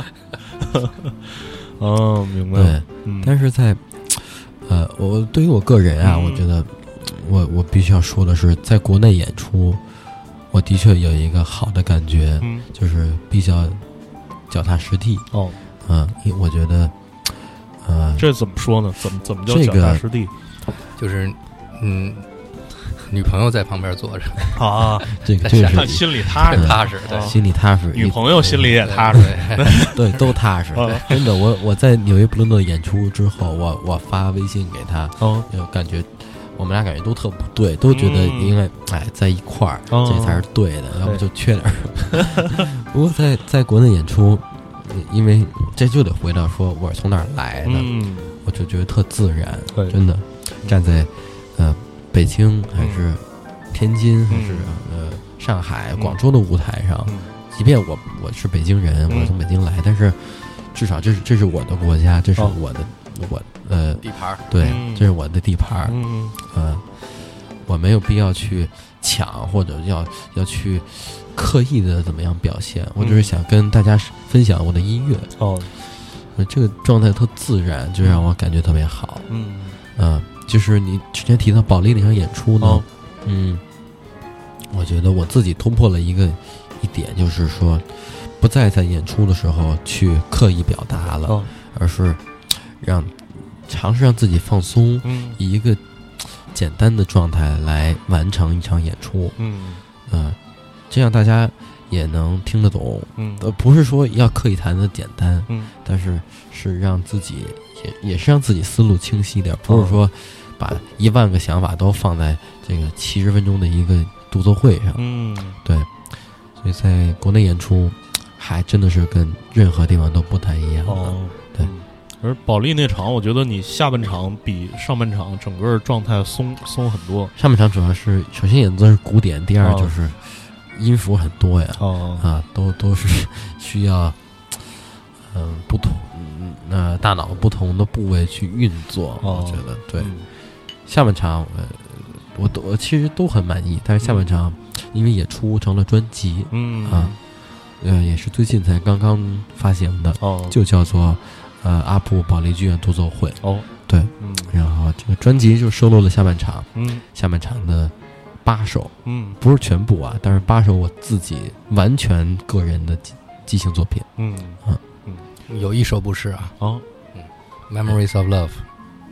哦，明白。 对， 嗯、 但是在呃，我对于我个人啊， 嗯、 我觉得我我必须要说的是，在国内演出，我的确有一个好的感觉， 嗯、 就是比较脚踏实地。 哦， 嗯，因为我觉得。呃， 这怎么说呢？怎么怎么叫脚踏实地？ 这个、就是，嗯，女朋友在旁边坐着啊， 这个这个是心里踏实， 踏实，对， 心里踏实。 女朋友心里也踏实， 对，都踏实。真的，我我在纽约 Blue Note 演出之后，我我发微信给他， 哦， 就感觉我们俩感觉都特不对，都觉得应该哎在一块儿， 哦、 这才是对的，要不就缺点什么。不过在在国内演出。因为这就得回到说我是从哪儿来的、 嗯， 我就觉得特自然， 对， 真的站在呃北京还是天津、嗯、还是呃上海、 嗯、 广州的舞台上， 嗯、 即便我我是北京人， 嗯、 我从北京来，但是至少这是这是我的国家，这是我的、哦、我呃地盘， 对、 嗯， 这是我的地盘， 嗯呃，我没有必要去抢或者要要去。刻意的怎么样表现？我只是想跟大家分享我的音乐。 哦， 这个状态特自然，就让我感觉特别好。 嗯， 呃，就是你之前提到保利那场演出呢， 哦、 嗯，我觉得我自己突破了一个一点，就是说，不再在演出的时候去刻意表达了， 哦、 而是让尝试让自己放松， 嗯， 以一个简单的状态来完成一场演出。 嗯， 嗯、呃。这样大家也能听得懂， 嗯， 呃，不是说要刻意弹的简单， 嗯， 但是是让自己也也是让自己思路清晰点，不是说把一万个想法都放在这个七十分钟的一个独奏会上， 嗯， 对，所以在国内演出还真的是跟任何地方都不太一样的， 哦， 对。 而保利那场，我觉得你下半场比上半场整个状态松松很多。 上半场主要是首先演奏是古典，第二就是。哦音符很多呀， 哦啊，都都是需要，嗯、呃，不同，嗯，呃，大脑不同的部位去运作， 哦、 我觉得对。 嗯、 下半场，呃，我都我其实都很满意，但是下半场、嗯、因为也出成了专辑， 嗯啊，呃，也是最近才刚刚发行的， 哦， 就叫做呃阿布保利剧院独奏会， 哦， 对， 嗯， 然后这个专辑就收录了下半场， 嗯， 下半场的。八首， 嗯， 不是全部啊，但是八首我自己完全个人的即兴作品， 嗯嗯嗯，有一首不是啊， 哦， 嗯 ，Memories of Love，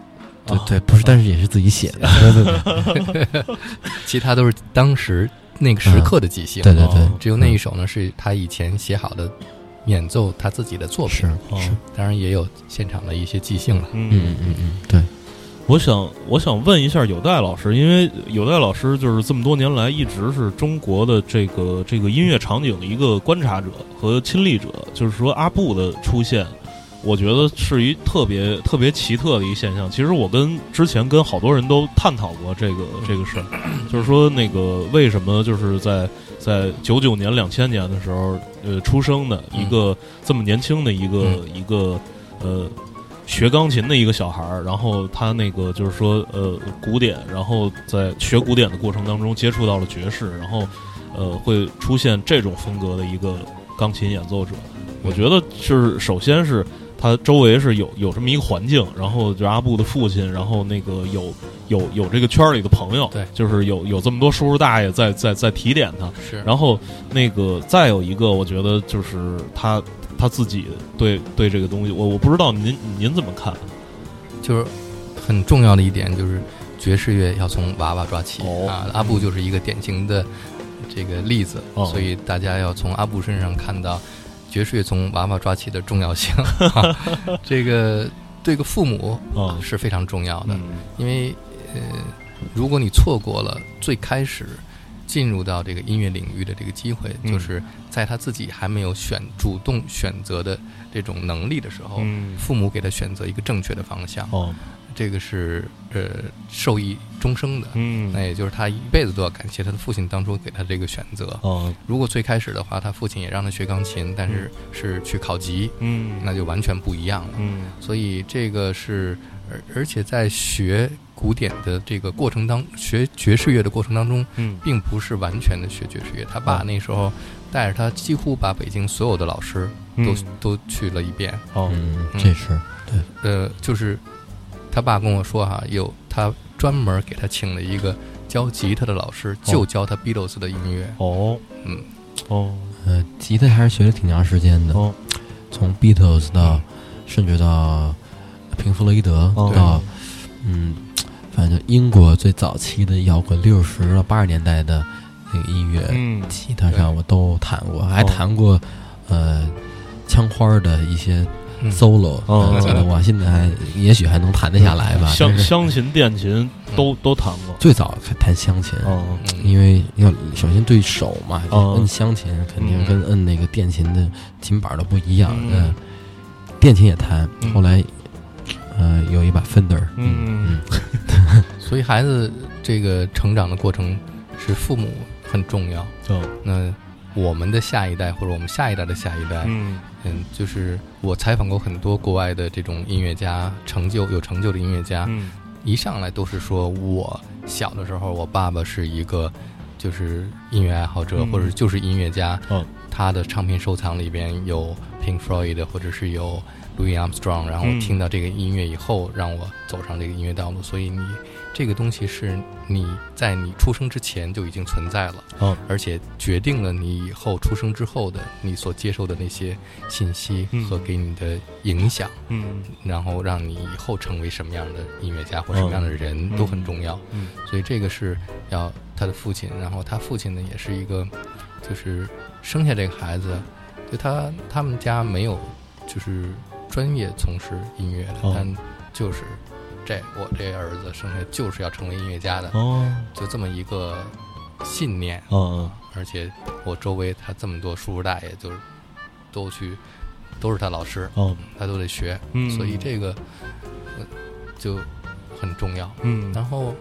对对，不是，但是也是自己写的，对对对， 其他都是当时那个时刻的即兴， 对对对， 只有那一首呢是他以前写好的演奏他自己的作品， 是是， 当然也有现场的一些即兴了。 嗯嗯嗯嗯，对。 我想，我想问一下有代老师，因为有代老师就是这么多年来一直是中国的这个这个音乐场景的一个观察者和亲历者，就是说阿布的出现，我觉得是一特别特别奇特的一个现象。其实我跟之前跟好多人都探讨过这个这个事儿，就是说那个为什么就是在在九九年两千年的时候，呃，出生的一个这么年轻的一个、嗯、一个呃。学钢琴的一个小孩儿，然后他那个就是说呃古典，然后在学古典的过程当中接触到了爵士，然后呃会出现这种风格的一个钢琴演奏者。我觉得就是首先是他周围是有有这么一个环境，然后就是阿布的父亲，然后那个有有有这个圈里的朋友， 对， 就是有有这么多叔叔大爷在在在提点他， 是。 然后那个再有一个，我觉得就是他。他自己对对这个东西，我我不知道您您怎么看？ 就是很重要的一点就是爵士乐要从娃娃抓起、 哦、 啊，阿布就是一个典型的这个例子、哦，所以大家要从阿布身上看到爵士乐从娃娃抓起的重要性。啊、这个对个父母是非常重要的，哦嗯、因为呃，如果你错过了最开始进入到这个音乐领域的这个机会， 嗯、 就是在他自己还没有选主动选择的这种能力的时候， 嗯、 父母给他选择一个正确的方向， 哦、 这个是呃受益终生的。 嗯， 那也就是他一辈子都要感谢他的父亲当初给他这个选择。 哦， 如果最开始的话，他父亲也让他学钢琴，但是是去考级， 嗯， 那就完全不一样了。 嗯， 所以这个是，而而且在学古典的这个过程当学爵士乐的过程当中， 嗯， 并不是完全的学爵士乐。他爸那时候带着他几乎把北京所有的老师都、 嗯、 都去了一遍。 哦，嗯、这是对， 呃，就是他爸跟我说哈，有他专门给他请了一个教吉他的老师，就教他 Beatles 的音乐。 哦， 嗯， 哦， 呃，吉他还是学了挺长时间的， 哦， 从 Beatles 到、嗯、甚至到平弗洛伊德、 哦、 到嗯。反正英国最早期的摇滚，六十到八十年代的那个音乐， 嗯， 吉他上我都弹过，还弹过、哦、呃枪花的一些 solo，、嗯哦呃、我现在还也许还能弹得下来吧。 乡乡琴、电琴都、嗯、都弹过。 最早弹乡琴， 哦、 因为要首先对手嘛， 哦、 摁乡琴肯定跟摁那个电琴的琴板都不一样。 嗯， 呃、电琴也弹， 嗯、 后来。呃，有一把 Fender， 嗯嗯，所以孩子这个成长的过程是父母很重要。 哦， 那我们的下一代或者我们下一代的下一代， 嗯嗯，就是我采访过很多国外的这种音乐家，成就有成就的音乐家， 嗯， 一上来都是说我小的时候，我爸爸是一个就是音乐爱好者， 嗯、 或者就是音乐家， 哦， 他的唱片收藏里边有 Pink Floyd 或者是有Louis Armstrong， 然后听到这个音乐以后、嗯、让我走上这个音乐道路，所以你这个东西是你在你出生之前就已经存在了、 哦、 而且决定了你以后出生之后的你所接受的那些信息和给你的影响， 嗯， 然后让你以后成为什么样的音乐家或什么样的人、哦、都很重要。 嗯， 所以这个是要他的父亲，然后他父亲呢也是一个就是生下这个孩子，就他他们家没有就是专业从事音乐的、哦、但就是这我这儿子生下就是要成为音乐家的， 哦， 就这么一个信念。 哦， 而且我周围他这么多叔叔大爷就是都去都是他老师， 哦， 他都得学， 嗯， 所以这个、呃、就很重要。 嗯， 然后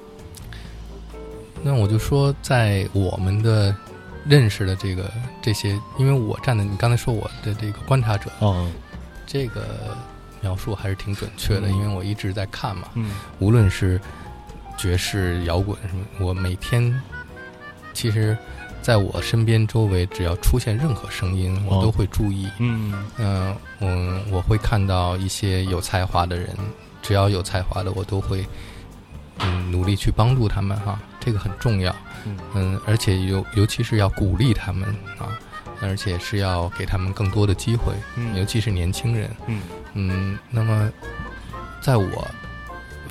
那我就说在我们的认识的这个这些，因为我站的你刚才说我的这个观察者， 哦， 这个描述还是挺准确的、嗯、因为我一直在看嘛， 嗯， 无论是爵士摇滚什么，我每天其实在我身边周围只要出现任何声音、哦、我都会注意， 嗯嗯、呃、我我会看到一些有才华的人，只要有才华的我都会嗯努力去帮助他们哈，这个很重要， 嗯, 嗯而且尤尤其是要鼓励他们啊，而且是要给他们更多的机会， 嗯， 尤其是年轻人， 嗯嗯，那么在我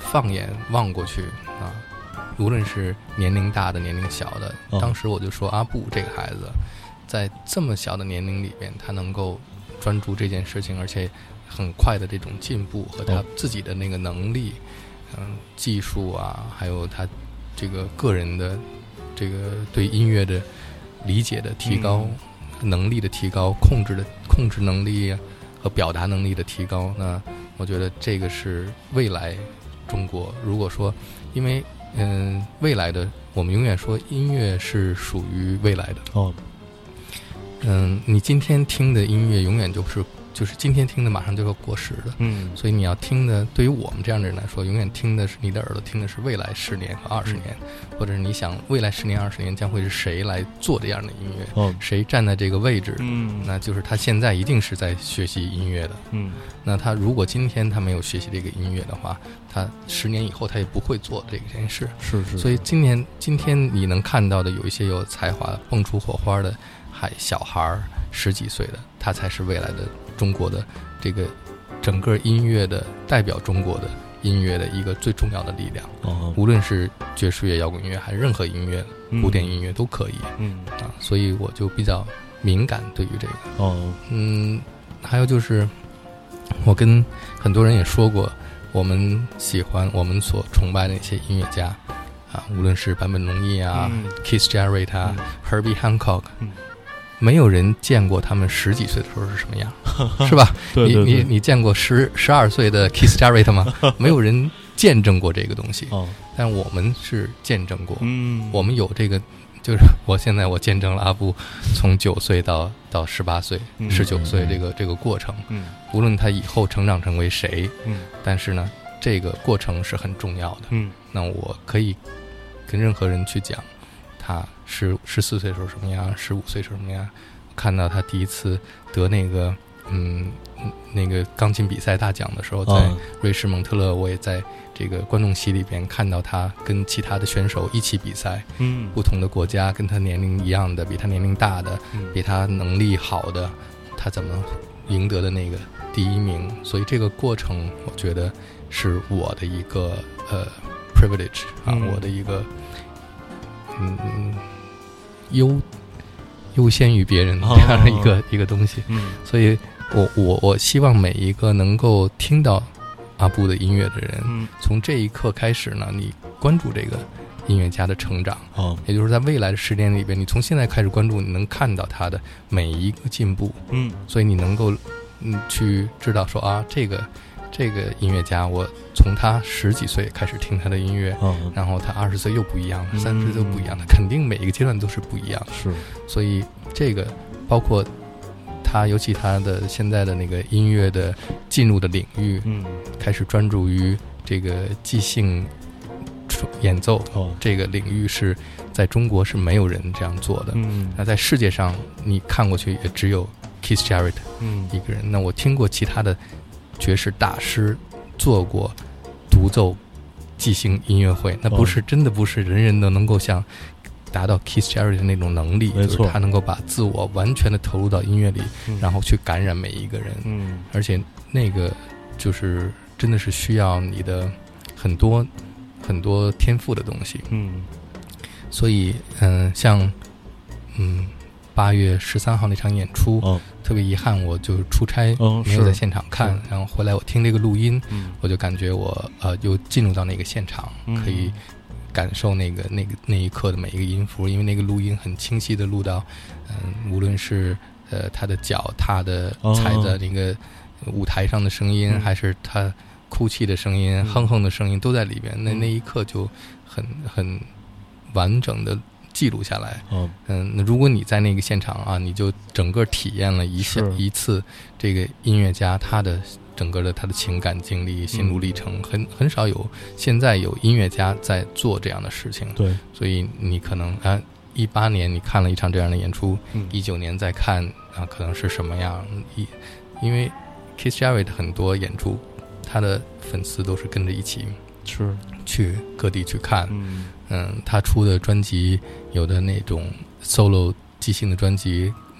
放眼望过去啊，无论是年龄大的年龄小的， 哦、 当时我就说阿布这个孩子在这么小的年龄里边，他能够专注这件事情，而且很快的这种进步和他自己的那个能力，嗯，技术啊，还有他这个个人的这个对音乐的理解的提高、嗯、能力的提高，控制的控制能力和表达能力的提高，那我觉得这个是未来中国，如果说因为嗯未来的我们永远说音乐是属于未来的哦， 嗯，你今天听的音乐永远就是就是今天听的马上就要过时的， 嗯， 所以你要听的，对于我们这样的人来说，永远听的是你的耳朵听的是未来十年和二十年、嗯，或者是你想未来十年二十年将会是谁来做这样的音乐， 哦， 谁站在这个位置， 嗯， 那就是他现在一定是在学习音乐的， 嗯， 那他如果今天他没有学习这个音乐的话，他十年以后他也不会做这件事， 是是， 所以今年今天你能看到的有一些有才华蹦出火花的还小孩十几岁的，他才是未来的中国的这个整个音乐的代表，中国的音乐的一个最重要的力量、哦、无论是爵士乐、摇滚乐还是任何音乐、嗯、古典音乐都可以，嗯啊，所以我就比较敏感对于这个哦，嗯，还有就是我跟很多人也说过，我们喜欢我们所崇拜的那些音乐家啊，无论是坂本龙一啊、嗯、Keith Jarrett 啊、嗯、Herbie Hancock、嗯，没有人见过他们十几岁的时候是什么样，是吧？ 对对对， 你你你见过十十二岁的 Keith Jarrett 吗？没有人见证过这个东西，哦、但我们是见证过。嗯，我们有这个，就是我现在我见证了阿布从九岁到到十八岁、十九岁这个这个过程。嗯，无论他以后成长成为谁，嗯，但是呢，这个过程是很重要的。嗯，那我可以跟任何人去讲。他十十四岁时候什么样，十五岁时候什么样，看到他第一次得那个嗯那个钢琴比赛大奖的时候，在瑞士蒙特勒，我也在这个观众席里边看到他跟其他的选手一起比赛，嗯，不同的国家跟他年龄一样的，比他年龄大的，嗯、比他能力好的，他怎么赢得的那个第一名，所以这个过程我觉得是我的一个呃 privilege 啊、嗯，我的一个。嗯，优优先于别人这样的一个、哦、一个东西，嗯，所以我我我希望每一个能够听到阿布的音乐的人，嗯，从这一刻开始呢，你关注这个音乐家的成长，哦，也就是在未来的十年里边，你从现在开始关注，你能看到他的每一个进步，嗯，所以你能够嗯去知道说啊，这个这个音乐家我。从他十几岁开始听他的音乐，嗯、然后他二十岁又不一样了，三十岁又不一样了，肯定每一个阶段都是不一样的。 是， 所以这个包括他，尤其他的现在的那个音乐的进入的领域，嗯，开始专注于这个即兴演奏，哦，这个领域是在中国是没有人这样做的。嗯，那在世界上你看过去也只有 Keith Jarrett 嗯一个人。那我听过其他的爵士大师做过。独奏即兴音乐会，那不是、哦、真的不是人人都能够像达到 Keith Jarrett 的那种能力，就是他能够把自我完全的投入到音乐里、嗯、然后去感染每一个人，嗯，而且那个就是真的是需要你的很多很多天赋的东西，嗯，所以嗯、呃，像嗯八月十三号那场演出、哦、特别遗憾我就出差、哦、没有在现场看，然后回来我听这个录音、嗯、我就感觉我呃又进入到那个现场、嗯、可以感受那个那个那一刻的每一个音符，因为那个录音很清晰的录到嗯、呃，无论是呃他的脚踏的踩的那个舞台上的声音、哦、还是他哭泣的声音、嗯、哼哼的声音都在里边，那那一刻就很很完整的记录下来，嗯嗯，那如果你在那个现场啊，你就整个体验了一下一次这个音乐家他的整个的他的情感经历、心路历程，嗯、很很少有现在有音乐家在做这样的事情。 对， 所以你可能啊，一八年你看了一场这样的演出，一、嗯、九年再看啊，可能是什么样？一因为 Keith Jarrett 很多演出，他的粉丝都是跟着一起是去各地去看。嗯嗯，他出的专辑有的那种 solo 即兴的专辑，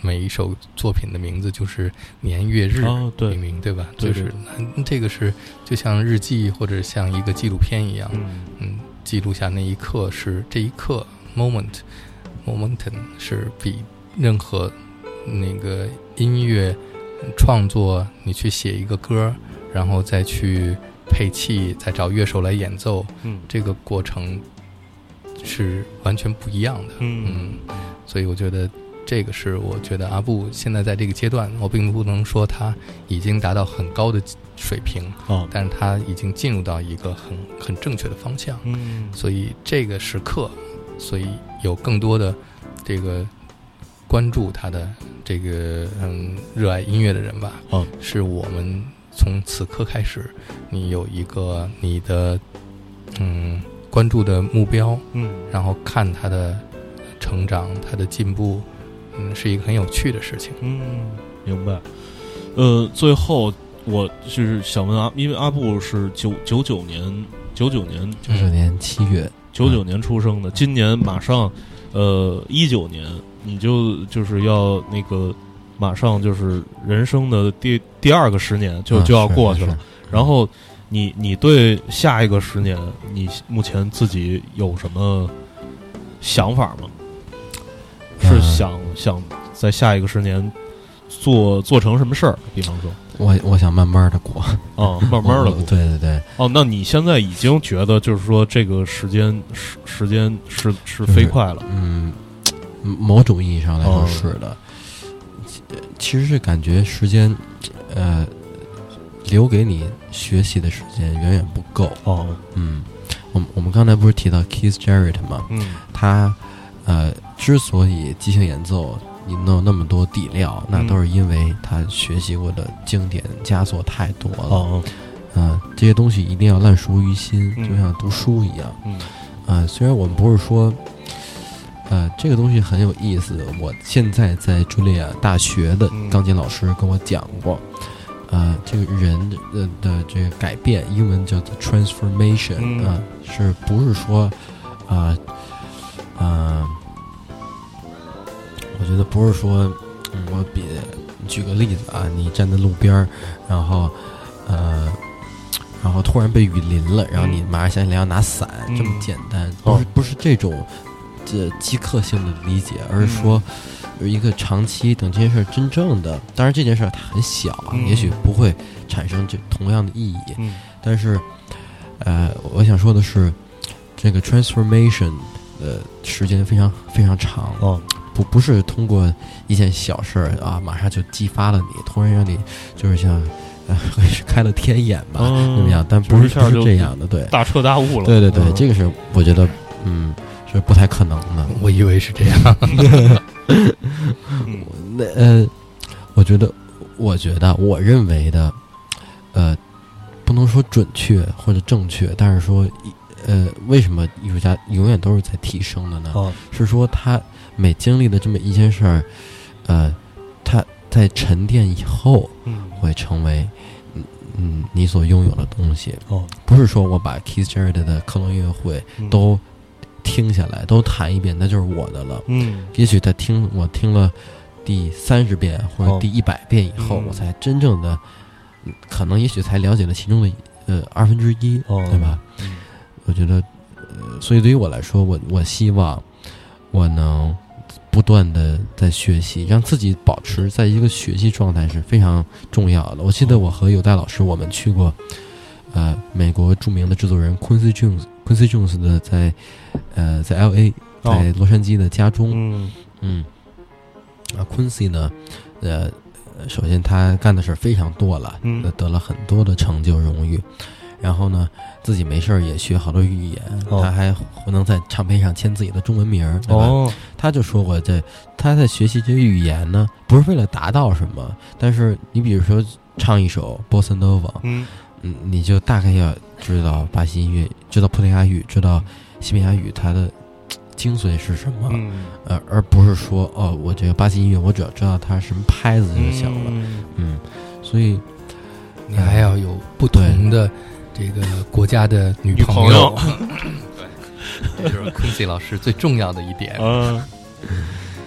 每一首作品的名字就是年月日哦对命名，对吧？ 对对就是那这个是就像日记或者像一个纪录片一样， 嗯嗯，记录下那一刻是这一刻 moment momentum 是比任何那个音乐创作，你去写一个歌，然后再去配器，再找乐手来演奏， 嗯这个过程是完全不一样的。 嗯嗯，所以我觉得这个是我觉得阿布现在在这个阶段，我并不能说他已经达到很高的水平， 哦但是他已经进入到一个很很正确的方向。 嗯所以这个时刻，所以有更多的这个关注他的这个嗯热爱音乐的人吧， 哦是我们从此刻开始，你有一个你的嗯关注的目标， 嗯然后看他的成长，他的进步，嗯，是一个很有趣的事情。 嗯，明白。呃，最后我是想问阿，因为阿布是九九九年九九年九九年七月， 九九年出生的，今年马上呃一九年，你就就是要那个马上就是人生的第第二个十年就、 嗯、 就要过去了， 是是然后你你对下一个十年，你目前自己有什么想法吗？是想想在下一个十年做做成什么事儿？比方说， 我我想慢慢的过， 哦，慢慢的过， 对对对。 哦，那你现在已经觉得就是说这个时间时时间是是飞快了？ 嗯，某种意义上来说是的。哦、其实是感觉时间，呃，留给你学习的时间远远不够。 哦， 嗯，我们我们刚才不是提到 Keith Jarrett 吗？ 嗯， 他呃之所以即兴演奏你能有那么多底料，那都是因为他学习过的经典佳作太多了。 哦， 嗯、呃，这些东西一定要烂熟于心， 嗯、 就像读书一样。 嗯， 呃，虽然我们不是说，呃，这个东西很有意思。我现在在茱莉亚大学的钢琴老师跟我讲过，呃，这个人的的这个改变，英文叫做 transformation， 嗯、 呃，是不是说，啊、呃，呃。我觉得不是说，嗯，我比举个例子啊，你站在路边儿，然后，呃，然后突然被雨淋了，然后你马上想起来要拿伞， 嗯、 这么简单，不是不是这种这即刻性的理解，而是说有一个长期等这件事真正的，当然这件事它很小啊， 嗯、 也许不会产生这同样的意义， 嗯、 但是，呃，我想说的是，这个 transformation 的时间非常非常长哦。 不不是通过一件小事儿啊，马上就激发了你，突然让你就是像呃开了天眼吧， 嗯、 怎么样？但不是不是这样的，对， 大彻大悟了。 对对对， 嗯、 这个是我觉得嗯是不太可能的。 我以为是这样。 那呃，我觉得我觉得我认为的呃，不能说准确或者正确，但是说呃，为什么艺术家永远都是在提升的呢？ 哦、 是说他。每经历的这么一件事儿，呃，它在沉淀以后， 嗯， 会成为嗯嗯你所拥有的东西。 哦， 不是说我把 Keith Jarrett 的克隆音乐会都听下来，嗯、都弹一遍，那就是我的了。 嗯， 也许他听我听了第三十遍或者第一百遍以后， 哦、 我才真正的，可能也许才了解了其中的呃二分之一， 哦、 对吧？ 嗯， 我觉得，呃，所以对于我来说，我我希望我能。不断的在学习，让自己保持在一个学习状态是非常重要的。我记得我和有代老师，我们去过，呃，美国著名的制作人 Quincy Jones，Quincy Jones 的在，呃，在 L A， 在洛杉矶的家中， 嗯嗯，啊 ，Quincy 呢，呃，首先他干的事非常多了， 嗯， 得了很多的成就荣誉。然后呢，自己没事儿也学好多语言， 哦、 他还能在唱片上签自己的中文名，对吧？ 哦、 他就说过这，他在学习这些语言呢，不是为了达到什么，但是你比如说唱一首 Bossa Nova， 嗯嗯，你就大概要知道巴西音乐，知道葡萄牙语，知道西班牙语，它的精髓是什么， 嗯、 呃，而不是说哦，我这个巴西音乐，我只要知道它什么拍子就行了， 嗯， 嗯，所以你还要有不同的。这个国家的女朋友，对，这就是 Quincy 老师最重要的一点。 嗯，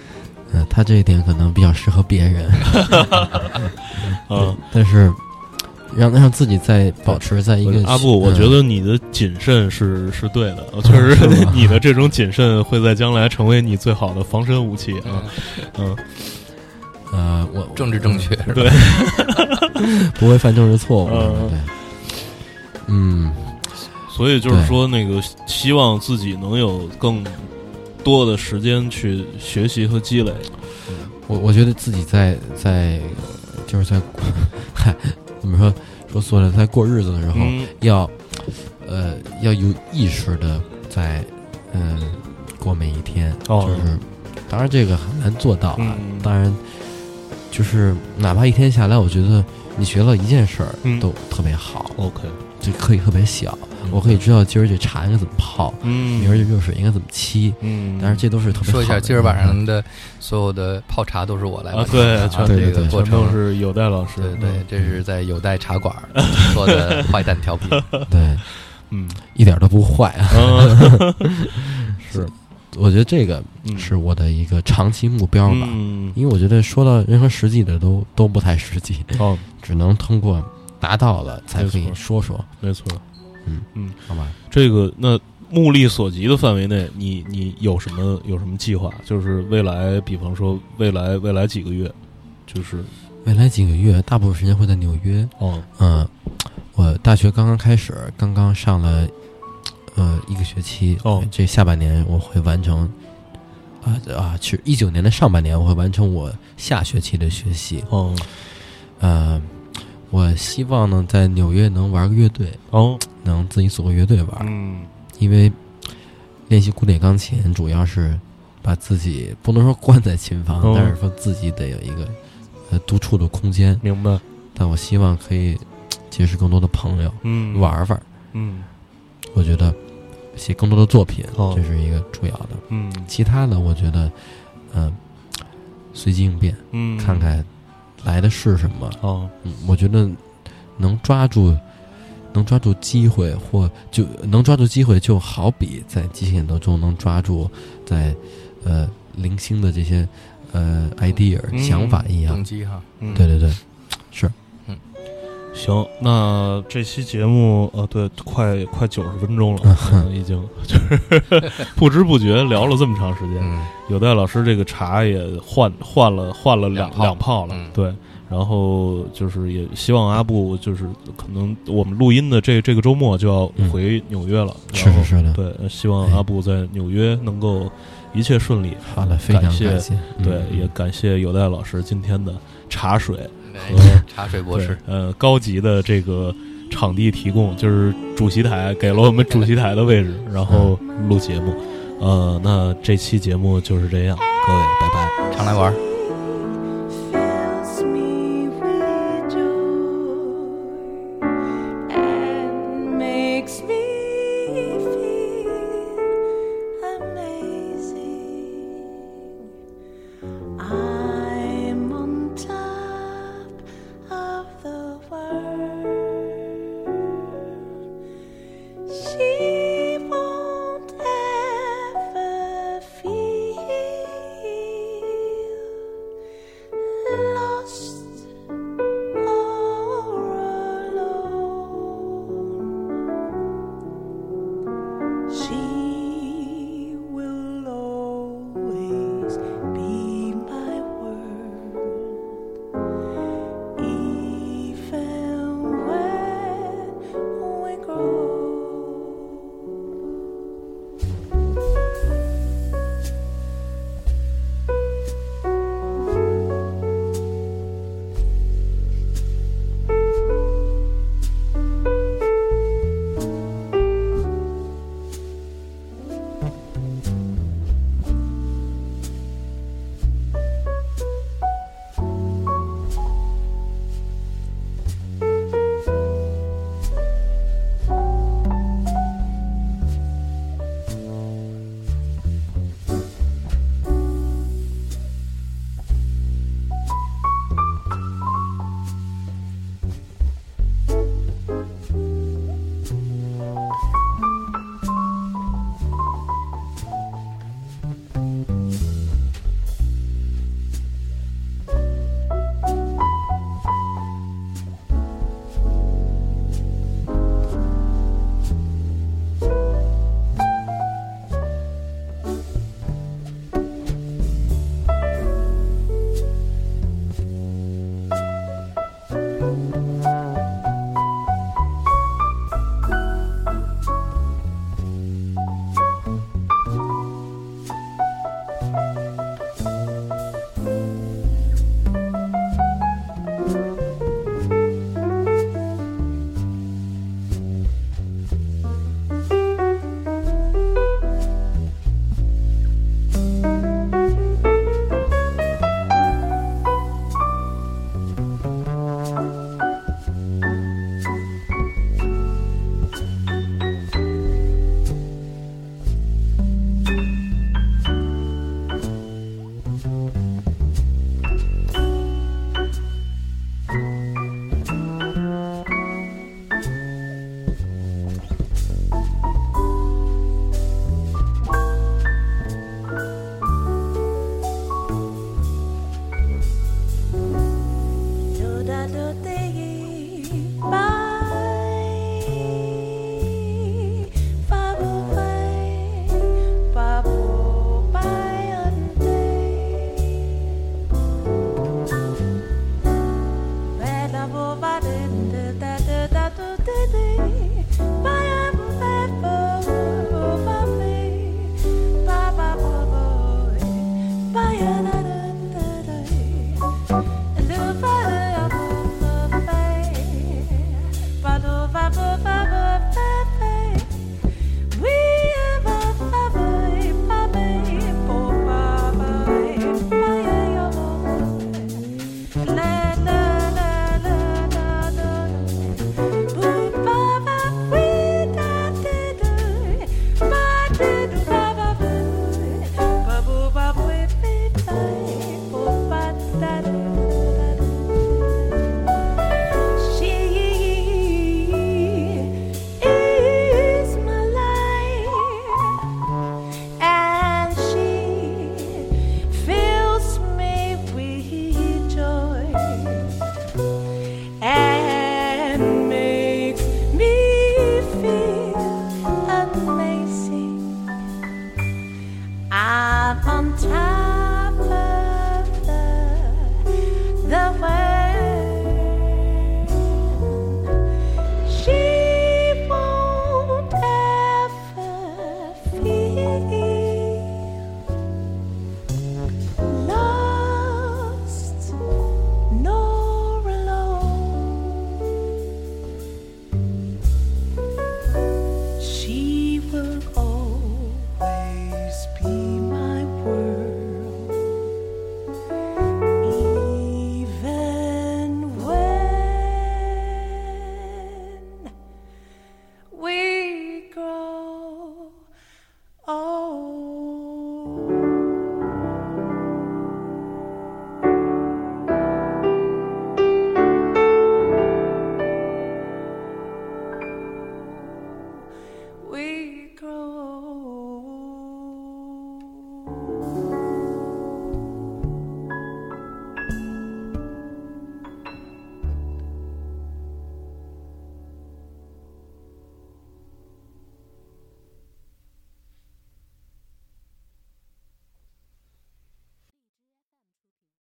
呃，他这一点可能比较适合别人， 嗯， 但是让让自己在保持在一个阿布，我觉得你的谨慎是是对的，确实你的这种谨慎会在将来成为你最好的防身武器啊。嗯， 呃，我政治正确， 对， 不会犯政治错误， 嗯、 对，嗯， 所以就是说，那个希望自己能有更多的时间去学习和积累。 我我觉得自己在在就是在嗨。怎么说？说错了，在过日子的时候， 嗯、 要呃要有意识的在嗯、呃、过每一天。 哦， 就是当然这个很难做到啊。 嗯、 当然，就是哪怕一天下来，我觉得你学了一件事儿都特别好。 嗯、OK， 就可以特别小， 嗯、 我可以知道今儿这茶应该怎么泡， 嗯， 明儿这热水应该怎么沏， 嗯， 但是这都是特别好的。 说一下，今儿晚上的所有的泡茶都是我来啊，对，全这个过程是有代老师， 对对，这是在有代茶馆做的坏蛋调频， 对， 嗯， 一点都不坏啊， 是， 我觉得这个是我的一个长期目标吧， 嗯， 因为我觉得说到任何实际的都都不太实际， 哦， 只能通过达到了才可以说说， 没错， 嗯嗯， 好吧， 这个那目力所及的范围内，你你有什么有什么计划？就是未来，比方说未来未来几个月，就是未来几个月，大部分时间会在纽约。 哦， 嗯，我大学刚刚开始，刚刚上了呃一个学期。 哦， 这下半年我会完成啊啊，其实一九年的上半年我会完成我下学期的学习。 哦， 呃，我希望呢在纽约能玩个乐队。 哦， 能自己组个乐队玩。 嗯。 因为练习古典钢琴主要是把自己不能说关在琴房， 哦、 但是说自己得有一个呃独处的空间。 明白。 但我希望可以结识更多的朋友， 嗯， 玩玩。 嗯， 我觉得写更多的作品， 哦、 这是一个主要的。 嗯， 其他的我觉得，嗯、呃，随机应变， 嗯， 看看来的是什么。 哦， 嗯，我觉得能抓住。能抓住机会，或就能抓住机会，就好比在即兴演奏中能抓住在呃零星的这些呃 idea、嗯、想法一样。 动机哈， 嗯，对对对，是， 嗯，行，那这期节目呃，对，快快九十分钟了，嗯、已经就是不知不觉聊了这么长时间。 嗯， 有代老师这个茶也换换了换了两两泡了， 嗯、 对。然后就是也希望阿布就是可能我们录音的这这个周末就要回纽约了， 嗯、是是是的， 对，希望阿布在纽约能够一切顺利。 好的，非常感谢， 谢对，嗯、也感谢有代老师今天的茶水和茶水博士， 呃，高级的这个场地提供，就是主席台给了我们主席台的位置，然后录节目。呃，那这期节目就是这样，各位拜拜， 常来玩。